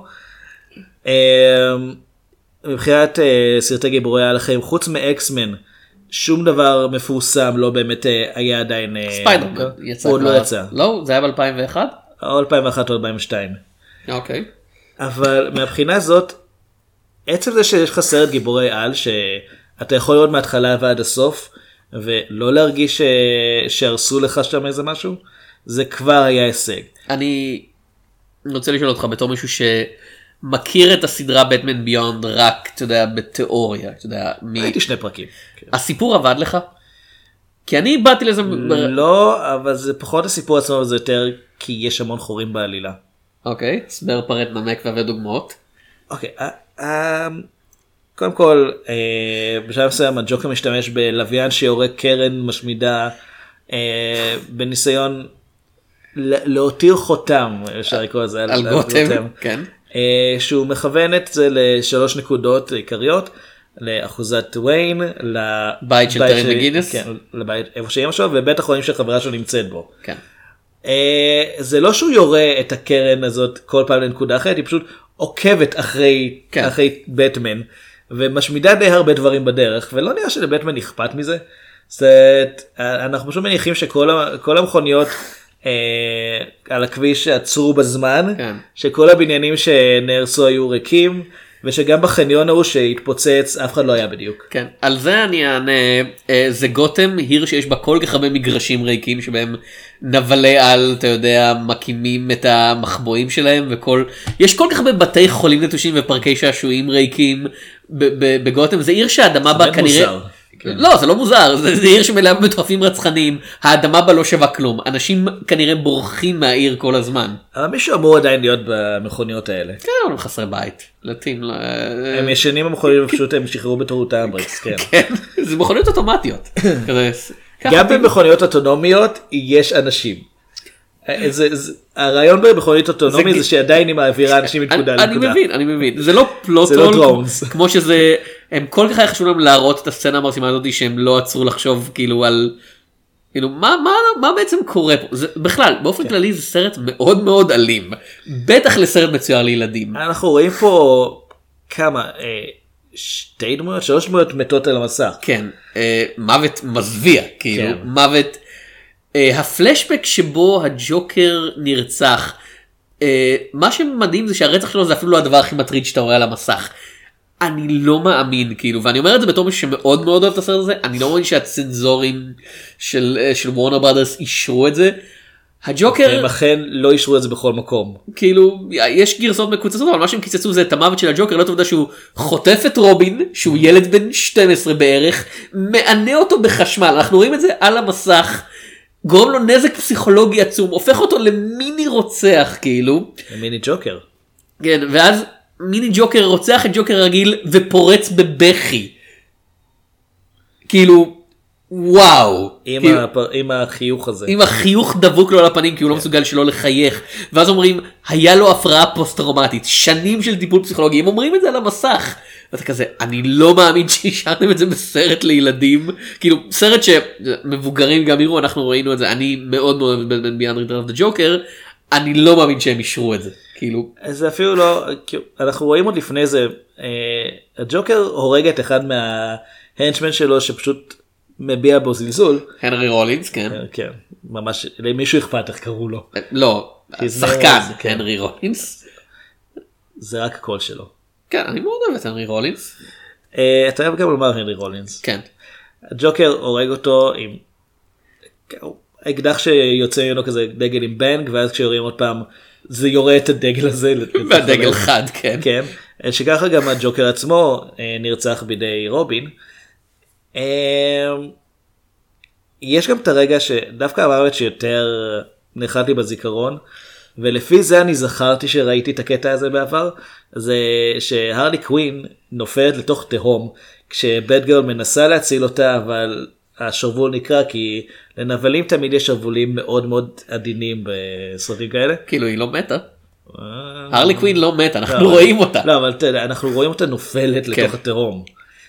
מבחינת סרטי גיבורי העל החיים, חוץ מאקסמן, שום דבר מפורסם לא באמת היה עדיין... ספיידרמן יצא. הוא לא יצא. לא? זה היה ב-2001? או 2001 או 2002. אוקיי. אבל מהבחינה הזאת, עצם זה שיש לך סרט גיבורי על, שאתה יכול לראות מההתחלה ועד הסוף, ולא להרגיש שהרסו לך שם איזה משהו, זה כבר היה הישג. אני רוצה לשאול אותך בתור מישהו מכיר את הסדרה בטמן ביונד רק, אתה יודע, בתיאוריה, אתה יודע, הייתי 2 פרקים. הסיפור עבד לך? כי אני באתי לזה... לא, אבל זה פחות הסיפור עצמו, זה יותר כי יש המון חורים בעלילה. אוקיי, סבר פרט נמק ודוגמאות. אוקיי, קודם כל, בשלב מסוים הג'וקר משתמש בלוויין שיורה קרן משמידה, בניסיון להותיר חותם, אפשר לקרוא את זה, על גותם, כן. שהוא מכוון את זה ל3 נקודות עיקריות, לאחוזת וויין, לבית של טרי מגינס, כן, לבית איפה שאמא שלו, ובית החולים שחברה שלו נמצאת בו. כן. זה לא שהוא יורה את הקרן הזאת כל פעם לנקודה אחרת, היא פשוט עוקבת אחרי בטמן, ומשמידה די הרבה דברים בדרך, ולא נראה שלבטמן אכפת מזה. אנחנו פשוט מניחים שכל המכוניות על הכביש עצרו בזמן, שכל הבניינים שנהרסו היו ריקים, ושגם בחניון ההוא שהתפוצץ אף אחד לא היה בדיוק. כן, על זה אני אענה, זה גותם, עיר שיש בה כל כך הרבה מגרשים ריקים, שבהם נבלי על, אתה יודע, מקימים את המחבואים שלהם, יש כל כך הרבה בתי חולים נטושים ופרקי שעשועים ריקים בגותם, זה עיר שהאדמה בה כנראה... לא, זה לא מוזר, זה עיר שמלאה במטורפים רצחניים, האדמה בה לא שווה כלום, אנשים כנראה בורחים מהעיר כל הזמן. אבל מישהו אמור עדיין להיות במכוניות האלה. כן, הם חסרי בית. הם ישנים במכוניות ופשוט הם שחררו בטעות האמברקס, כן. כן, זה מכוניות אוטומטיות. גם במכוניות אוטונומיות יש אנשים. הרעיון במכונית אוטונומית זה שעדיין היא מעבירה אנשים מנקודה לנקודה. אני מבין, זה לא פלוטול, כמו שזה, הם כל כך היה חשוב להם להראות את הסצנה המרשימה הזאת שהם לא עצרו לחשוב כאילו על, כאילו מה בעצם קורה פה, בכלל באופן כללי זה סרט מאוד מאוד אלים, בטח לסרט מצויר לילדים. אנחנו רואים פה כמה, 2 דמויות, 3 דמויות מתות על המסך. כן, מוות מזוויע, כאילו מוות, הפלשבק שבו הג'וקר נרצח, מה שמדהים זה שהרצח שלו זה אפילו לא הדבר הכי מטריד שאתה רואה על המסך. אני לא מאמין, כאילו, ואני אומר את זה בתור מישהו שמאוד מאוד אוהב את הסרט הזה, אני לא מאמין שהצנזורים של וורנר ברודרס אישרו את זה. הג'וקר, הם אכן לא אישרו את זה בכל מקום. כאילו, יש גרסאות מקוצצות, אבל מה שהם קיצצו זה את המוות של הג'וקר, לא תודה שהוא חוטף את רובין, שהוא ילד בן 12 בערך, מענה אותו בחשמל, אנחנו רואים את זה על המסך, גורם לו נזק פסיכולוגי עצום, הופך אותו למיני רוצח כאילו. מיני ג'וקר. כן, ואז מיני ג'וקר רוצח את ג'וקר רגיל ופורץ בבכי. כאילו, וואו. עם החיוך הזה. עם החיוך דבוק לו על הפנים כי הוא לא מסוגל שלא לחייך. ואז אומרים, היה לו הפרעה פוסט-טראומטית, שנים של טיפול פסיכולוגי, הם אומרים את זה על המסך. ואתה כזה, אני לא מאמין שהשארתם את זה בסרט לילדים, כאילו סרט שמבוגרים גם יראו, אנחנו ראינו את זה, אני מאוד מאוד אוהב בין Beyond Return of the Joker, אני לא מאמין שהם אישרו את זה, כאילו. זה אפילו לא, אנחנו רואים עוד לפני זה, הג'וקר הורג את אחד מההנצ'מן שלו שפשוט מביע בו זלזול. הנרי רולינס, כן. כן, ממש, למישהו אכפת איך קראו לו. לא, שחקן, הנרי רולינס. זה רק הקול שלו. כן, אני מאוד אוהב את הנרי רולינס. אתה אוהב גם לומר הנרי רולינס. כן. הג'וקר הורג אותו עם אקדח שיוצא ממנו כזה דגל עם בנג, ואז כשיורים עוד פעם זה יורה את הדגל הזה. והדגל חד, כן. כן. שככה גם הג'וקר עצמו נרצח בידי רובין. יש גם את הרגע שדווקא המוות שיותר נחת לי בזיכרון, ולפי זה אני זכרתי שראיתי את הקטע הזה בעבר, זה שהרלי קווין נופלת לתוך תהום, כשבט גרל מנסה להציל אותה, אבל השרוול נקרא, כי לנבלים תמיד יש שרבולים מאוד מאוד עדינים בסרטים כאלה. כאילו היא לא מתה. הרלי קווין לא מתה, אנחנו רואים אותה. לא, אבל תדע, אנחנו רואים אותה נופלת לתוך התהום.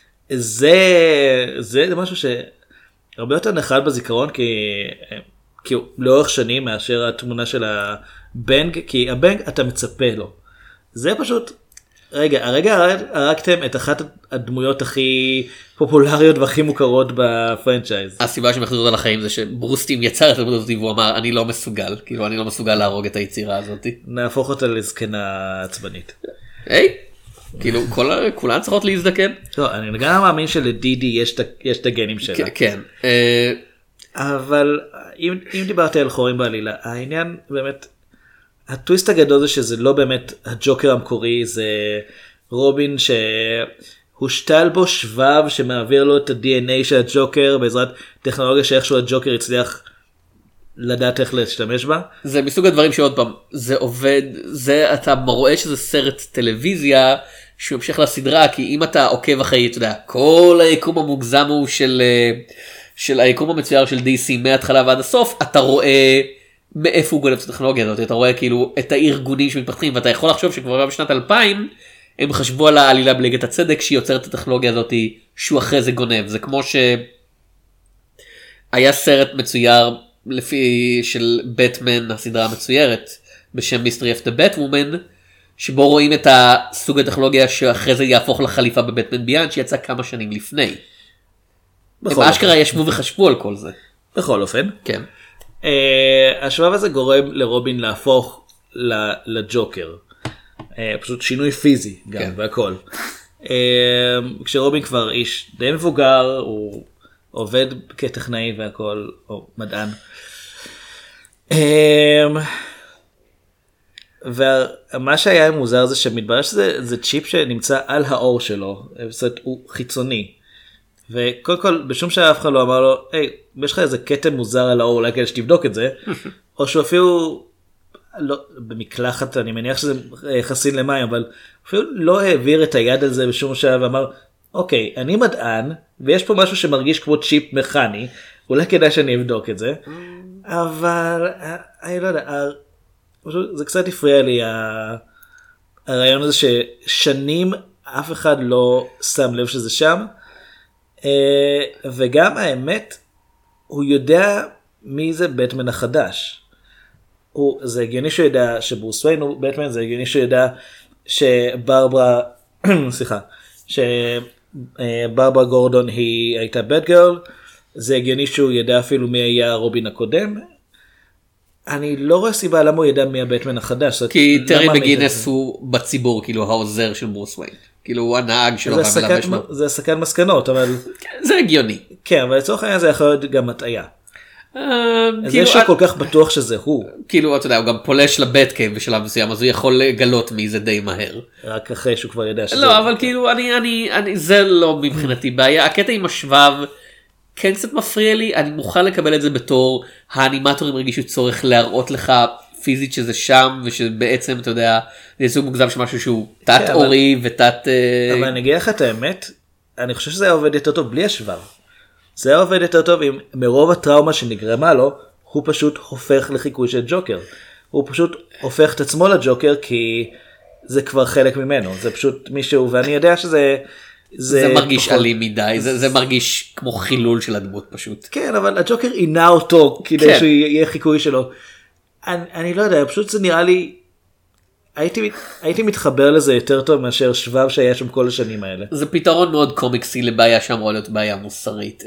זה משהו שהרבה יותר נחל בזיכרון, כי לאורך שנים מאשר התמונה של הבנג, כי הבנג אתה מצפה לו. זה פשוט, הרגע הרגתם את אחת הדמויות הכי פופולריות והכי מוכרות בפרנצ'ייז. הסיבה שמחזיר אותה לחיים זה שברוסטים יצר את הדמות הזאת והוא אמר אני לא מסוגל, כאילו אני לא מסוגל להרוג את היצירה הזאת. נהפוך אותה לזקנה עצבנית. היי, כאילו כולן צריכות להזדקן. לא, אני גם מאמין שלדידי יש את הגנים שלה. כן. אבל אם דיברתי על חורים בעלילה, העניין באמת, הטוויסט הגדול זה שזה לא באמת הג'וקר המקורי, זה רובין שהושתל בו שבב שמעביר לו את ה-DNA של הג'וקר בעזרת טכנולוגיה שאיכשהו הג'וקר הצליח לדעת איך להשתמש בה. זה מסוג הדברים שעוד פעם, זה עובד, זה אתה רואה שזה סרט טלוויזיה שממשיך לסדרה, כי אם אתה עוקב אחרי, אתה יודע, כל היקום המוגזם הוא של היקום המצויר של DC מההתחלה ועד הסוף, אתה רואה מאיפה הוא גונב את הטכנולוגיה הזאת, אתה רואה כאילו את הארגונים שמתפתחים, ואתה יכול לחשוב שכבר בשנת 2000 הם חשבו על העלילה בליגת הצדק שהיא יוצרת את הטכנולוגיה הזאת שהוא אחרי זה גונב. זה כמו שהיה סרט מצויר לפי של בטמן, הסדרה המצוירת בשם Mystery of the Batwoman, שבו רואים את הסוג הטכנולוגיה שאחרי זה יהפוך לחליפה בבטמן ביאנד שיצא כמה שנים לפני. הם אשכרה ישבו וחשבו על כל זה. בכל אופן. כן. השבב הזה גורם לרובין להפוך לג'וקר. פשוט שינוי פיזי גם והכל. כשרובין כבר איש די מבוגר, הוא עובד כטכנאי והכל, או מדען. ומה שהיה מוזר זה שמתברר שזה צ'יפ שנמצא על האור שלו, הוא חיצוני. וקודם כל, בשום שעה אף אחד לא אמר לו, היי, יש לך איזה קטן מוזר על האור, אולי כדי שתבדוק את זה, או שהוא אפילו, לא, במקלחת, אני מניח שזה חסין למים, אבל אפילו לא העביר את היד על זה בשום שעה ואמר, אוקיי, אני מדען, ויש פה משהו שמרגיש כמו צ'יפ מכני, אולי כדאי שאני אבדוק את זה, אבל, אני לא יודע, זה קצת הפריע לי, הרעיון הזה ששנים אף אחד לא שם לב שזה שם, וגם האמת, הוא יודע מי זה בטמן החדש. זה הגיוני שהוא ידע שברוס וויין הוא בטמן, זה הגיוני שהוא ידע שברברה, סליחה, שברברה גורדון היא הייתה בט גרל, זה הגיוני שהוא ידע אפילו מי היה רובין הקודם. אני לא רואה סיבה למה הוא ידע מי הבטמן החדש. כי טרי מגינס הוא בציבור, כאילו העוזר של ברוס וויין. כאילו הוא הנהג שלו. זה הסקת מסקנות, אבל... זה הגיוני. כן, אבל לצורך העניין זה יכול להיות גם הטעיה. זה שכל כך בטוח שזה הוא. כאילו אתה יודע הוא גם פולש לבט קייב בשלב מסוים אז הוא יכול לגלות מי זה די מהר. רק אחרי שהוא כבר יודע שזה. לא אבל כאילו אני זה לא מבחינתי בעיה. הקטע עם השבב כן קצת מפריע לי. אני מוכן לקבל את זה בתור האנימטורים הרגישו צורך להראות לך פיזית שזה שם ושבעצם אתה יודע זה סוג מוגזם של משהו שהוא תת אורי ותת. אבל אני אגיד לך את האמת אני חושב שזה היה עובד יותר טוב בלי השבב. זה היה עובד יותר טוב אם מרוב הטראומה שנגרמה לו, הוא פשוט הופך לחיקוי של ג'וקר. הוא פשוט הופך את עצמו לג'וקר כי זה כבר חלק ממנו. זה פשוט מישהו, ואני יודע שזה... זה מרגיש פחות... אלים מדי, זה מרגיש כמו חילול של הדמות פשוט. כן, אבל הג'וקר עינה אותו כדי כן. שהוא יהיה חיקוי שלו. אני לא יודע, פשוט זה נראה לי... הייתי מתחבר לזה יותר טוב מאשר שבב שהיה שם כל השנים האלה. זה פתרון מאוד קומיקסי לבעיה שאמורה להיות בעיה מוסרית.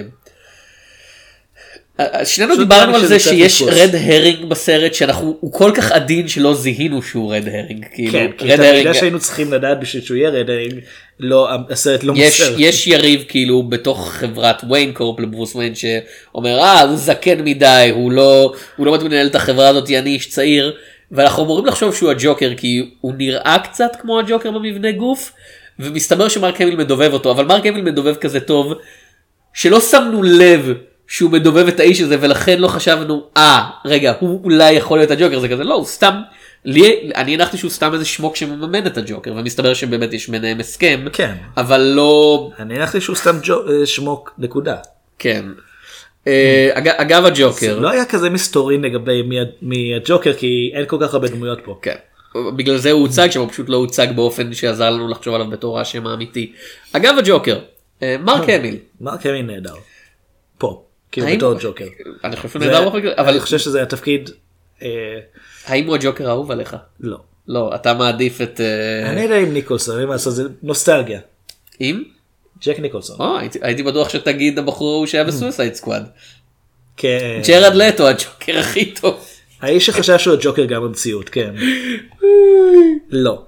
שנינו דיברנו על זה שיש רד הרינג בסרט הוא כל כך עדין שלא זיהינו שהוא רד הרינג. כן, כי אתה יודע שהיינו צריכים לדעת בשביל שהוא יהיה רד הרינג, הסרט לא מוסר. יש יריב כאילו בתוך חברת ויין קורפ לברוס ויין שאומר הוא זקן מדי, הוא לא מנהל את החברה הזאת, אני איש צעיר. ואנחנו אמורים לחשוב שהוא הג'וקר כי הוא נראה קצת כמו הג'וקר במבנה גוף ומסתבר שמרק המיל מדובב אותו אבל מרק המיל מדובב כזה טוב שלא שמנו לב שהוא מדובב את האיש הזה ולכן לא חשבנו רגע הוא אולי יכול להיות הג'וקר זה כזה לא הוא סתם אני הנחתי שהוא סתם איזה שמוק שמממן את הג'וקר ומסתבר שבאמת יש ביניהם הסכם כן אבל לא אני הנחתי שהוא סתם שמוק נקודה כן אגב הג'וקר לא היה כזה מסתורין לגבי מי הג'וקר כי אין כל כך הרבה דמויות פה כן בגלל זה הוא הוצג שם הוא פשוט לא הוצג באופן שעזר לנו לחשוב עליו בתור השם האמיתי. אגב הג'וקר מרק המיל נהדר פה כאילו בתור ג'וקר אני חושב שהוא נהדר אבל אני חושב שזה התפקיד. האם הוא הג'וקר האהוב עליך? לא אתה מעדיף את אני יודע עם ניקולסון זה נוסטלגיה עם ג'ק ניקולסון. הייתי בטוח שתגיד הבחור הוא שהיה בסויסייד סקוואד. כן. ג'רד לטו הג'וקר הכי טוב. האיש שחשב שהוא הג'וקר גם במציאות, כן. לא.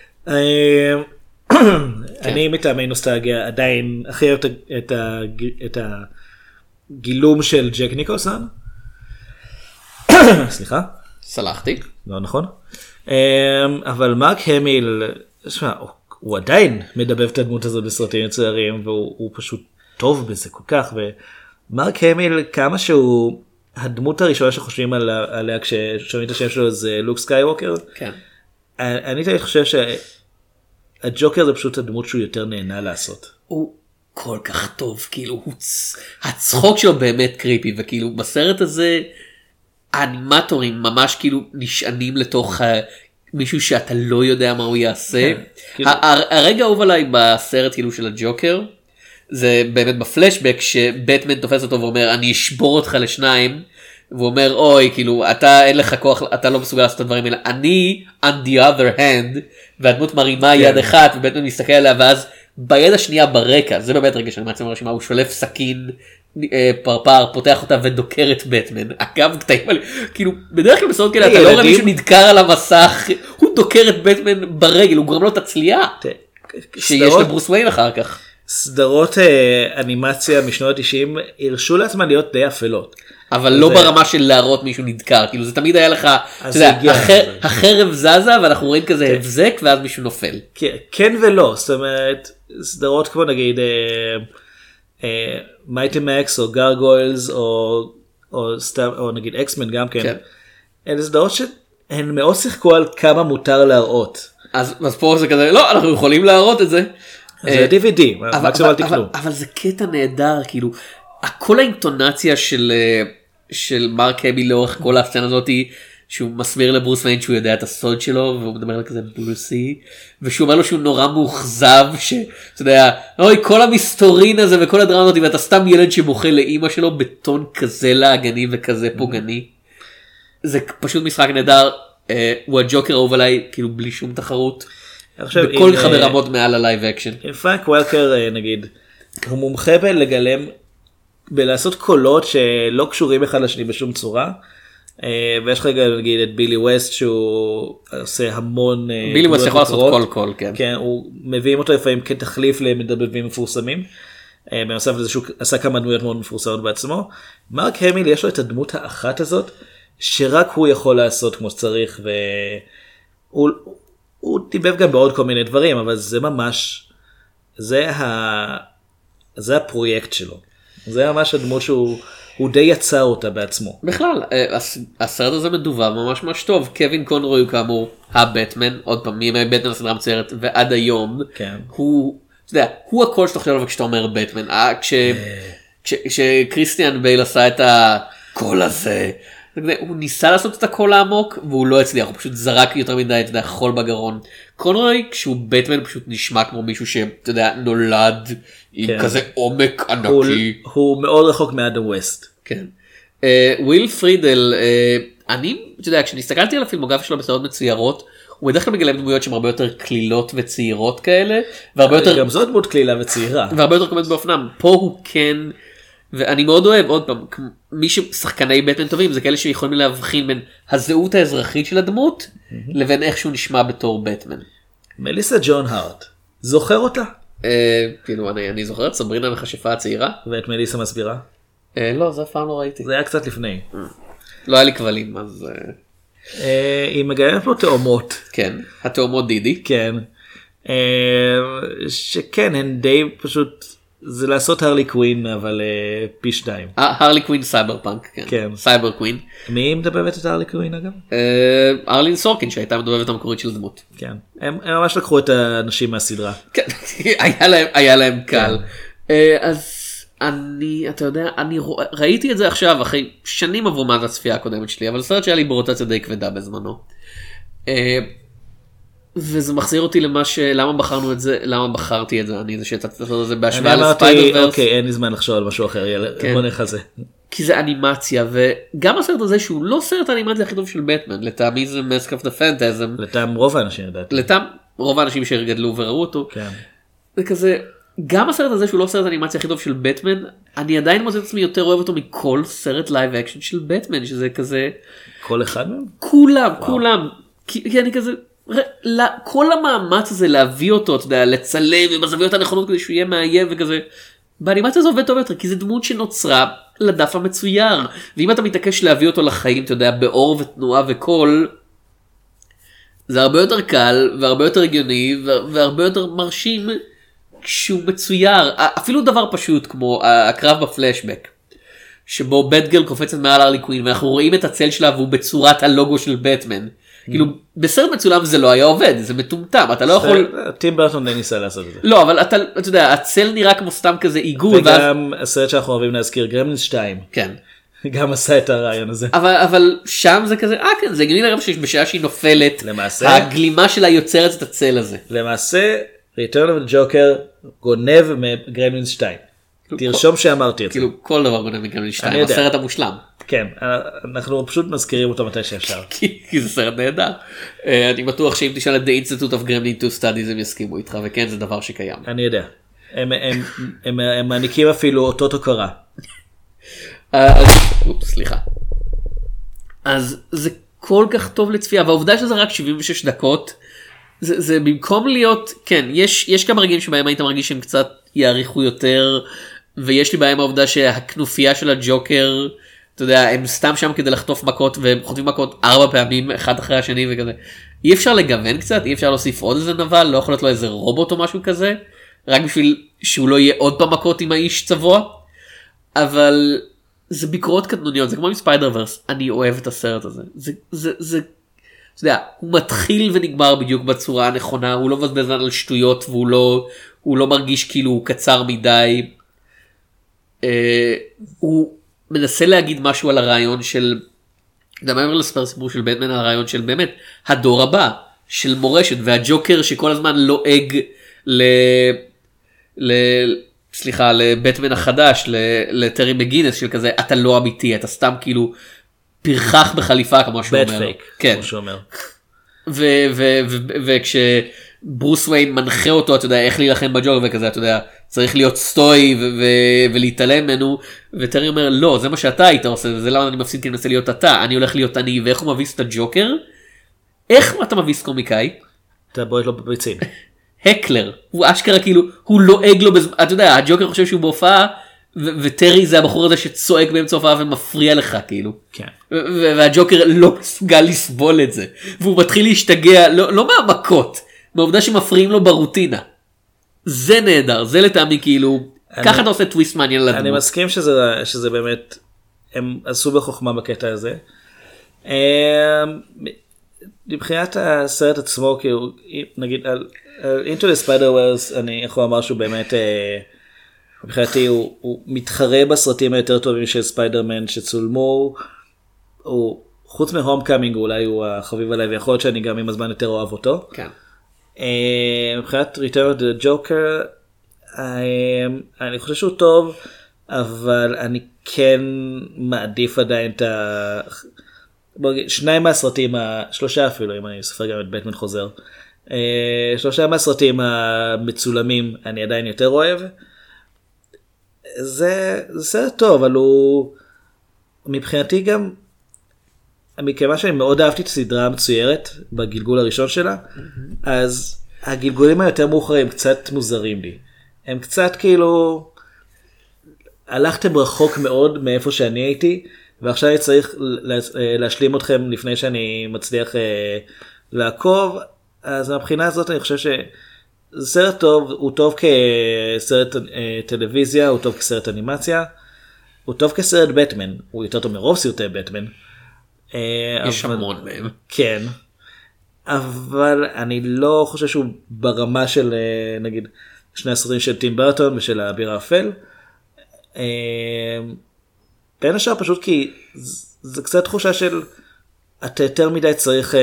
אני מטעמי נוסטלגיה עדיין הכי אוהב את הגילום של ג'ק ניקולסון. סליחה. סלחתי. לא נכון. אבל מרק המיל, הוא עדיין מדבב את הדמות הזאת בסרטים מצוירים והוא פשוט טוב בזה כל כך ומרק המיל כמה שהוא הדמות הראשונה שחושבים עליה כששומעים את השם שלו זה לוק סקייווקר. כן. אני תמיד חושב שהג'וקר זה פשוט הדמות שהוא יותר נהנה לעשות. הוא כל כך טוב כאילו הצחוק שלו באמת קריפי וכאילו בסרט הזה האנימטורים ממש כאילו נשענים לתוך מישהו שאתה לא יודע מה הוא יעשה. הרגע האהוב עליי בסרט כאילו של הג'וקר זה באמת בפלשבק שבטמן תופס אותו ואומר אני אשבור אותך לשניים והוא אומר אוי כאילו אתה אין לך כוח אתה לא מסוגל לעשות את הדברים האלה אני on the other hand והדמות מרימה יד אחת ובטמן מסתכל עליה ואז ביד השנייה ברקע זה באמת רגע שאני מעצם הרשימה הוא שולף סכין פרפר פותח אותה ודוקר את בטמן. אגב קטעים כאילו בדרך כלל בסרט כאלה אתה לא רואה מישהו נדקר על המסך הוא דוקר את בטמן ברגל הוא גורם לו את הצליעה שיש לברוס וויין אחר כך. סדרות אנימציה משנות ה-90 הרשו לעצמן להיות די אפלות. אבל לא ברמה של להראות מישהו נדקר כאילו זה תמיד היה לך החרב זזה ואנחנו רואים כזה הבזק ואז מישהו נופל. כן ולא זאת אומרת סדרות כמו נגיד מייטי מקס או גרגוילס או נגיד אקסמן גם כן. אלה סדרות שהן מאוד שיחקו על כמה מותר להראות. אז פה זה כזה לא אנחנו יכולים להראות את זה. זה DVD, מקסימום אל תקנו. אבל זה קטע נהדר, כאילו, כל האינטונציה של מרק המיל לאורך כל הסצנה הזאת, שהוא מסביר לברוס ויין שהוא יודע את הסוד שלו, והוא מדבר על כזה בורסי, ושהוא אומר לו שהוא נורא מאוכזב, שאתה יודע, אוי, כל המסתורין הזה וכל הדרמה הזאת, ואתה סתם ילד שבוכה לאמא שלו בטון כזה להגני וכזה פוגעני. זה פשוט משחק נהדר, הוא הג'וקר האהוב עליי, כאילו בלי שום תחרות. בכל אחד ברמות מעל הלייב אקשן. פרנק וולקר נגיד, הוא מומחה בלגלם, בלעשות קולות שלא קשורים אחד לשני בשום צורה, ויש לך נגיד את בילי ווסט שהוא עושה המון... בילי ווסט יכול לעשות כל קול, כן. כן, הוא מביאים אותו לפעמים כתחליף למדבבים מפורסמים, בנוסף לזה שהוא עשה כמה דמויות מאוד מפורסמות בעצמו. מרק המיל יש לו את הדמות האחת הזאת, שרק הוא יכול לעשות כמו שצריך, והוא דיבב גם בעוד כל מיני דברים, אבל זה ממש, זה הפרויקט שלו. זה ממש הדמות שהוא די יצר אותה בעצמו. בכלל, הסרט הזה מדובב ממש ממש טוב. קווין קונרוי הוא כאמור הבטמן, עוד פעם, מימי בטמן הסדרה מצוירת, ועד היום, כן. הוא הקול שאתה חושב עליו כשאתה אומר בטמן. כשקריסטיאן בייל עשה את הקול הזה, הוא ניסה לעשות את הקול העמוק, והוא לא הצליח, הוא פשוט זרק יותר מדי, חול בגרון. קונרוי, כשהוא בטמן, פשוט נשמע כמו מישהו שנולד עם כזה עומק ענקי. הוא מאוד רחוק מאדם ווסט. כן. וויל פרידל, כשנסתכלתי על הפילמוגרפיה שלו בסדרות מצוירות, הוא בדרך כלל מגלם דמויות שהן הרבה יותר כלילות וצעירות כאלה, גם זאת דמות כלילה וצעירה. והרבה יותר קומית באופנם. פה הוא כן, ואני מאוד אוהב, עוד פעם, מי ששחקני בטמן טובים, זה כאלה שיכולים להבחין בין הזהות האזרחית של הדמות, לבין איך שהוא נשמע בתור בטמן. מליסה ג'ון הארט, זוכר אותה? כאילו, אני זוכר את סברינה המכשפה הצעירה. ואת מליסה מסבירה? לא, זה אף פעם לא ראיתי. זה היה קצת לפני. לא היה לי כבלים, אז... היא מגלמת לו תאומות. כן, התאומות דידי. כן. שכן, הן די פשוט... זה לעשות הרלי קווין, אבל פי 2. הרלי קווין סייבר פאנק, כן. סייבר קווין. מי מדבבת את הרלי קווין אגב? ארלין סורקין, שהייתה מדבבת המקורית של דמות. כן. הם ממש לקחו את האנשים מהסדרה. כן, היה להם קל. אז אתה יודע, אני ראיתי את זה עכשיו, אחרי שנים עברו מאז הצפייה הקודמת שלי, אבל סרט שהיה לי ברוטציה די כבדה בזמנו. וזה מחזיר אותי למה בחרנו את זה, למה בחרתי את זה, אני זה שתצטט את זה בהשוואה לספיידר ורס. אוקיי, אין לי זמן לחשוב על משהו אחר, בוא נלך על זה. כי זה אנימציה, וגם הסרט הזה שהוא לא סרט האנימציה הכי טוב של בטמן, לטעמי זה Mask of the Phantasm. לטעם רוב האנשים לדעתי. לטעם רוב האנשים שגדלו וראו אותו. זה כזה, גם הסרט הזה שהוא לא סרט האנימציה הכי טוב של בטמן, אני עדיין מוצא את עצמי יותר אוהב אותו מכל סרט לייב אקשן של בטמן, שזה כזה... כל אחד מהם? כולם. כי אני כזה... כל המאמץ הזה להביא אותו, אתה יודע, לצלם ובזוויות הנכונות כדי שהוא יהיה מאיים וכזה, באנימציה זה עובד טוב יותר, כי זה דמות שנוצרה לדף המצויר, ואם אתה מתעקש להביא אותו לחיים, אתה יודע, באור ותנועה וקול, זה הרבה יותר קל והרבה יותר הגיוני והרבה יותר מרשים כשהוא מצויר. אפילו דבר פשוט כמו הקרב בפלשבק, שבו בטגרל קופצת מעל הרלי קווין ואנחנו רואים את הצל שלה והוא בצורת הלוגו של בטמן. כאילו בסרט מצולם זה לא היה עובד, זה מטומטם, אתה לא יכול... טים ברטון די ניסה לעשות את זה. לא, אבל אתה יודע, הצל נראה כמו סתם כזה עיגול. וגם הסרט שאנחנו אוהבים להזכיר, גרמלינס 2. כן. גם עשה את הרעיון הזה. אבל שם זה כזה, כן, זה גניל הרב שבשעה שהיא נופלת, הגלימה שלה יוצרת את הצל הזה. למעשה, Return of the Joker גונב מגרמלינס 2. תרשום שאמרתי את זה. כאילו כל דבר גונב מגרמלינס 2, הסרט המושלם. כן, אנחנו פשוט מזכירים אותו מתי שאפשר. כי זה סרט נהדר. אני בטוח שאם תשאל את The Institute of Gremlin 2 Studies הם יסכימו איתך, וכן זה דבר שקיים. אני יודע. הם מעניקים אפילו אותות הוקרה. סליחה. אז זה כל כך טוב לצפייה, והעובדה שזה רק 76 דקות, זה במקום להיות, כן, יש כמה רגעים שבהם היית מרגיש שהם קצת יאריכו יותר, ויש לי בעיה עם העובדה שהכנופיה של הג'וקר, אתה יודע, הם סתם שם כדי לחטוף מכות, והם חוטפים מכות 4 פעמים, אחד אחרי השני וכזה. אי אפשר לגוון קצת, אי אפשר להוסיף עוד איזה נבל, לא יכול להיות לו איזה רובוט או משהו כזה, רק בשביל שהוא לא יהיה עוד פעם מכות עם האיש צבוע. אבל זה ביקורות קטנוניות, זה כמו עם ספיידר ורס, אני אוהב את הסרט הזה. זה, אתה יודע, הוא מתחיל ונגמר בדיוק בצורה הנכונה, הוא לא מבזבז על שטויות, והוא לא מרגיש כאילו הוא קצר מדי. הוא מנסה להגיד משהו על הרעיון של, גם מעבר לספר סיפור של בטמן, הרעיון של באמת הדור הבא של מורשת, והג'וקר שכל הזמן לועג לבטמן החדש, לטרי מגינס, של כזה, אתה לא אמיתי, אתה סתם כאילו פרחח בחליפה, כמו שהוא אומר. בטפייק, כמו שהוא אומר. וכשברוס וויין מנחה אותו, אתה יודע, איך להילחם בג'וקר וכזה, אתה יודע, צריך להיות סטוי ולהתעלם ממנו, וטרי אומר, לא, זה מה שאתה היית עושה, וזה למה אני מפסיד כי אני מנסה להיות אתה, אני הולך להיות אני, ואיך הוא מביס את הג'וקר? איך אתה מביס קומיקאי? אתה בועט לו בביצים. הקלר, הוא אשכרה כאילו, הוא לועג לו, אתה יודע, הג'וקר חושב שהוא בהופעה, וטרי זה הבחור הזה שצועק באמצע הופעה ומפריע לך כאילו. כן. והג'וקר לא מסוגל לסבול את זה, והוא מתחיל להשתגע, לא מהמכות, מהעובדה שמפריעים לו ברוטינה. זה נהדר, זה לטעמי כאילו, ככה אתה עושה טוויסט מעניין לדמות. אני מסכים שזה באמת, הם עשו בחוכמה בקטע הזה. מבחינת הסרט עצמו, כאילו, נגיד על Into the Spider-Verse, אני יכול לומר שהוא באמת, מבחינתי הוא מתחרה בסרטים היותר טובים של ספיידרמן שצולמו, חוץ מהומקאמינג אולי הוא החביב עליי, ויכול להיות שאני גם עם הזמן יותר אוהב אותו. כן. מבחינת Return of the Joker, אני חושב שהוא טוב, אבל אני כן מעדיף עדיין את שניים מהסרטים, שלושה אפילו, אם אני סופר גם את בטמן חוזר, שלושה מהסרטים המצולמים אני עדיין יותר אוהב. זה סרט טוב, אבל הוא מבחינתי גם, מכיוון שאני מאוד אהבתי את הסדרה המצוירת בגלגול הראשון שלה, אז הגלגולים היותר מאוחרים קצת מוזרים לי. הם קצת כאילו, הלכתם רחוק מאוד מאיפה שאני הייתי, ועכשיו אני צריך להשלים אתכם לפני שאני מצליח לעקוב. אז מבחינה הזאת אני חושב שזה סרט טוב, הוא טוב כסרט טלוויזיה, הוא טוב כסרט אנימציה, הוא טוב כסרט בטמן, הוא יותר טוב מרוב סרטי בטמן. יש המון מהם. כן, אבל אני לא חושב שהוא ברמה של נגיד שני הסרטים של טים ברטון ושל האביר האפל. בין השאר פשוט כי זה קצת תחושה של אתה יותר מדי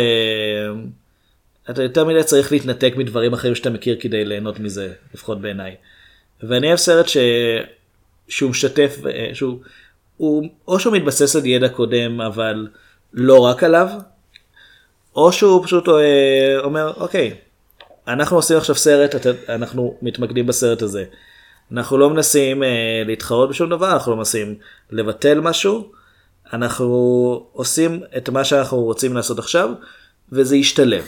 צריך להתנתק מדברים אחרים שאתה מכיר כדי ליהנות מזה, לפחות בעיניי. ואני אוהב סרט שהוא משתף, או שהוא מתבסס על ידע קודם אבל לא רק עליו, או שהוא פשוט אומר אוקיי, אנחנו עושים עכשיו סרט, אנחנו מתמקדים בסרט הזה, אנחנו לא מנסים להתחרות בשום דבר, אנחנו לא מנסים לבטל משהו, אנחנו עושים את מה שאנחנו רוצים לעשות עכשיו, וזה ישתלב.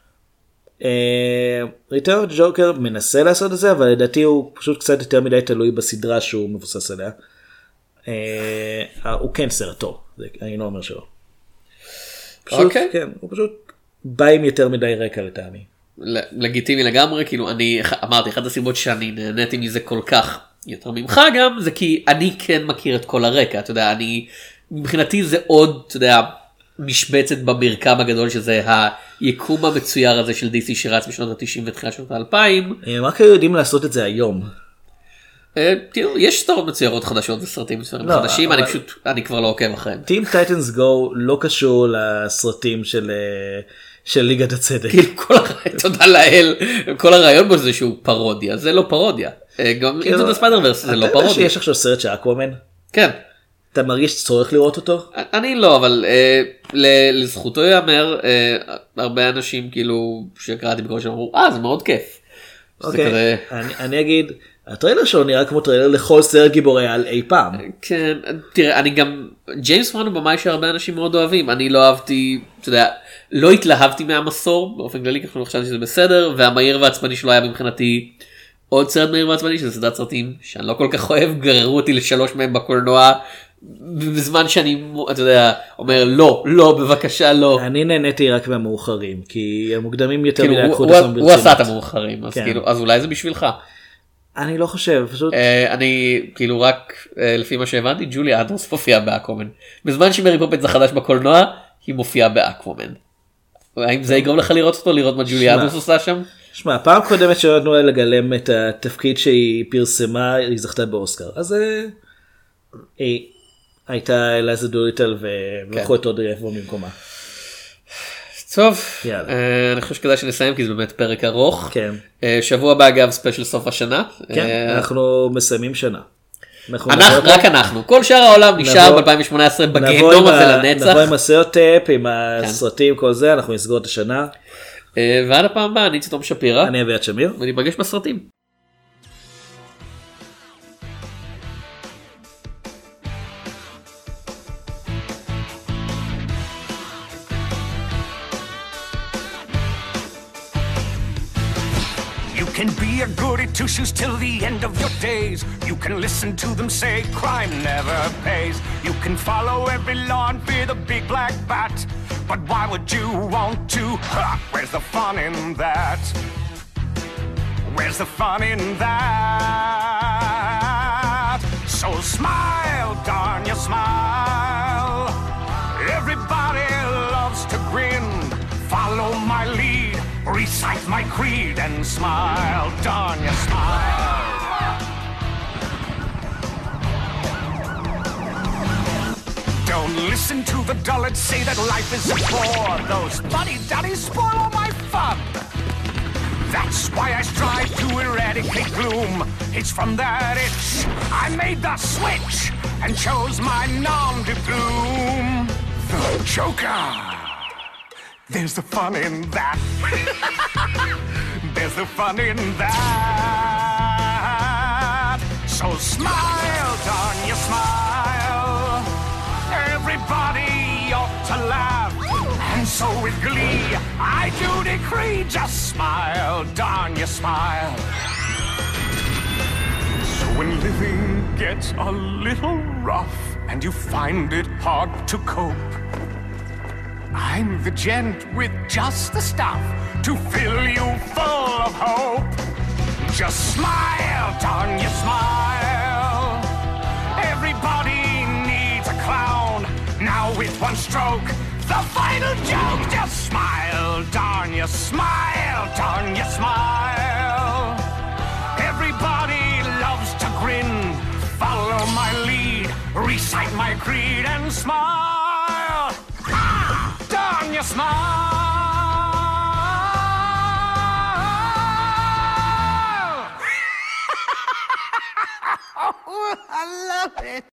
Return of the Joker מנסה לעשות את זה, אבל לדעתי הוא פשוט קצת יותר מדי תלוי בסדרה שהוא מבוסס עליה. הוא כן סרט טוב, אני לא אומר שלא. אוקיי. כן, הוא פשוט בא עם יותר מדי רקע לטעמי. לגיטימי לגמרי, כאילו אני אמרתי, אחת הסיבות שאני נהניתי מזה כל כך יותר ממך גם, זה כי אני כן מכיר את כל הרקע, אתה יודע, מבחינתי זה עוד, אתה יודע, משבצת במרקם הגדול שזה היקום המצויר הזה של DC שרץ בשנות ה-90 ותחילת שנות ה-2000. הם רק היו יודעים לעשות את זה היום. תראו, יש סדרות מצוירות חדשות וסרטים מצוירים חדשים, אני כבר לא עוקב אחריהם. Teen Titans Go לא קשור לסרטים של ליגת הצדק. תודה לאל, כל הרעיון בו זה שהוא פרודיה, זה לא פרודיה. גם Into the Spider-Verse זה לא פרודיה. אתה יודע שיש עכשיו סרט של אקוואמן? כן. אתה מרגיש צורך לראות אותו? אני לא, אבל לזכותו יאמר, הרבה אנשים כאילו שקראתי בכל שאמרו, זה מאוד כיף. אוקיי, אני אגיד, הטריילר שלו נראה כמו טריילר לכל סרט גיבורי על אי פעם. כן, תראה, אני גם, ג'יימס wan הוא במאי שהרבה אנשים מאוד אוהבים, אני לא אהבתי, אתה יודע, לא התלהבתי מהמסור, באופן כללי, ככה חשבתי שזה בסדר, והמהיר והעצבני שלו היה מבחינתי עוד סרט מהיר והעצבני, שזה סדרת סרטים שאני לא כל כך אוהב, גררו אותי לשלוש מהם בקולנוע, בזמן שאני, אתה יודע, אומר לא, בבקשה לא. אני נהניתי רק מהמאוחרים, כי המוקדמים יותר מדי לקחו את עצמם ברצינות. הוא עשה את המאוחרים, אז אולי זה בשבילך. אני לא חושב, פשוט... אני כאילו רק לפי מה שהבנתי, ג'וליה אדמס מופיעה באקוומן. בזמן שמרי פופינס החדש בקולנוע, היא מופיעה באקוומן. האם זה יגרום לך לראות אותו, לראות מה ג'וליה אדמס עושה שם? שמע, הפעם קודמת שנתנו לה לגלם את התפקיד שהיא פרסמה, היא זכתה באוסקר. אז היא הייתה אלייזה דוליטל ולקחו את אודרי הפבורן במקומה. טוב, אני חושב שכדאי שנסיים כי זה באמת פרק ארוך. שבוע הבא אגב ספיישל סוף השנה. כן, אנחנו מסיימים שנה. רק אנחנו, כל שאר העולם נשאר ב-2018 בגיהנום הזה לנצח. נבוא עם הסרט-טאפ, עם הסרטים, כל זה, אנחנו נסגור את השנה. ועד הפעם הבאה, אני תום שפירא. אני אביעד שמיר. וניפגש בסרטים. can be a goody two-shoes till the end of your days. You can listen to them say crime never pays. You can follow every law and fear the big black bat. But why would you want to? Where's the fun in that? Where's the fun in that? So smile, darn you smile. Everybody loves to grin. Follow my lead, recite my creed, and smile, darn you smile. Don't listen to the dullards say that life is a bore. Those fuddy-duddies spoil all my fun. That's why I strive to eradicate gloom. It's from that itch I made the switch and chose my nom de plume, the Joker. There's the fun in that. There's the fun in that. So smile, darn you smile. Everybody ought to laugh. And so with glee, I do decree, just smile, darn you smile. So when living gets a little rough and you find it hard to cope, I'm the gent with just the stuff to fill you full of hope. Just smile, darn you smile. Everybody needs a clown. Now with one stroke, the final joke. Just smile, darn you smile, darn you smile. Everybody loves to grin. Follow my lead, recite my creed, and smile. Darn you smile. Oh, I love it.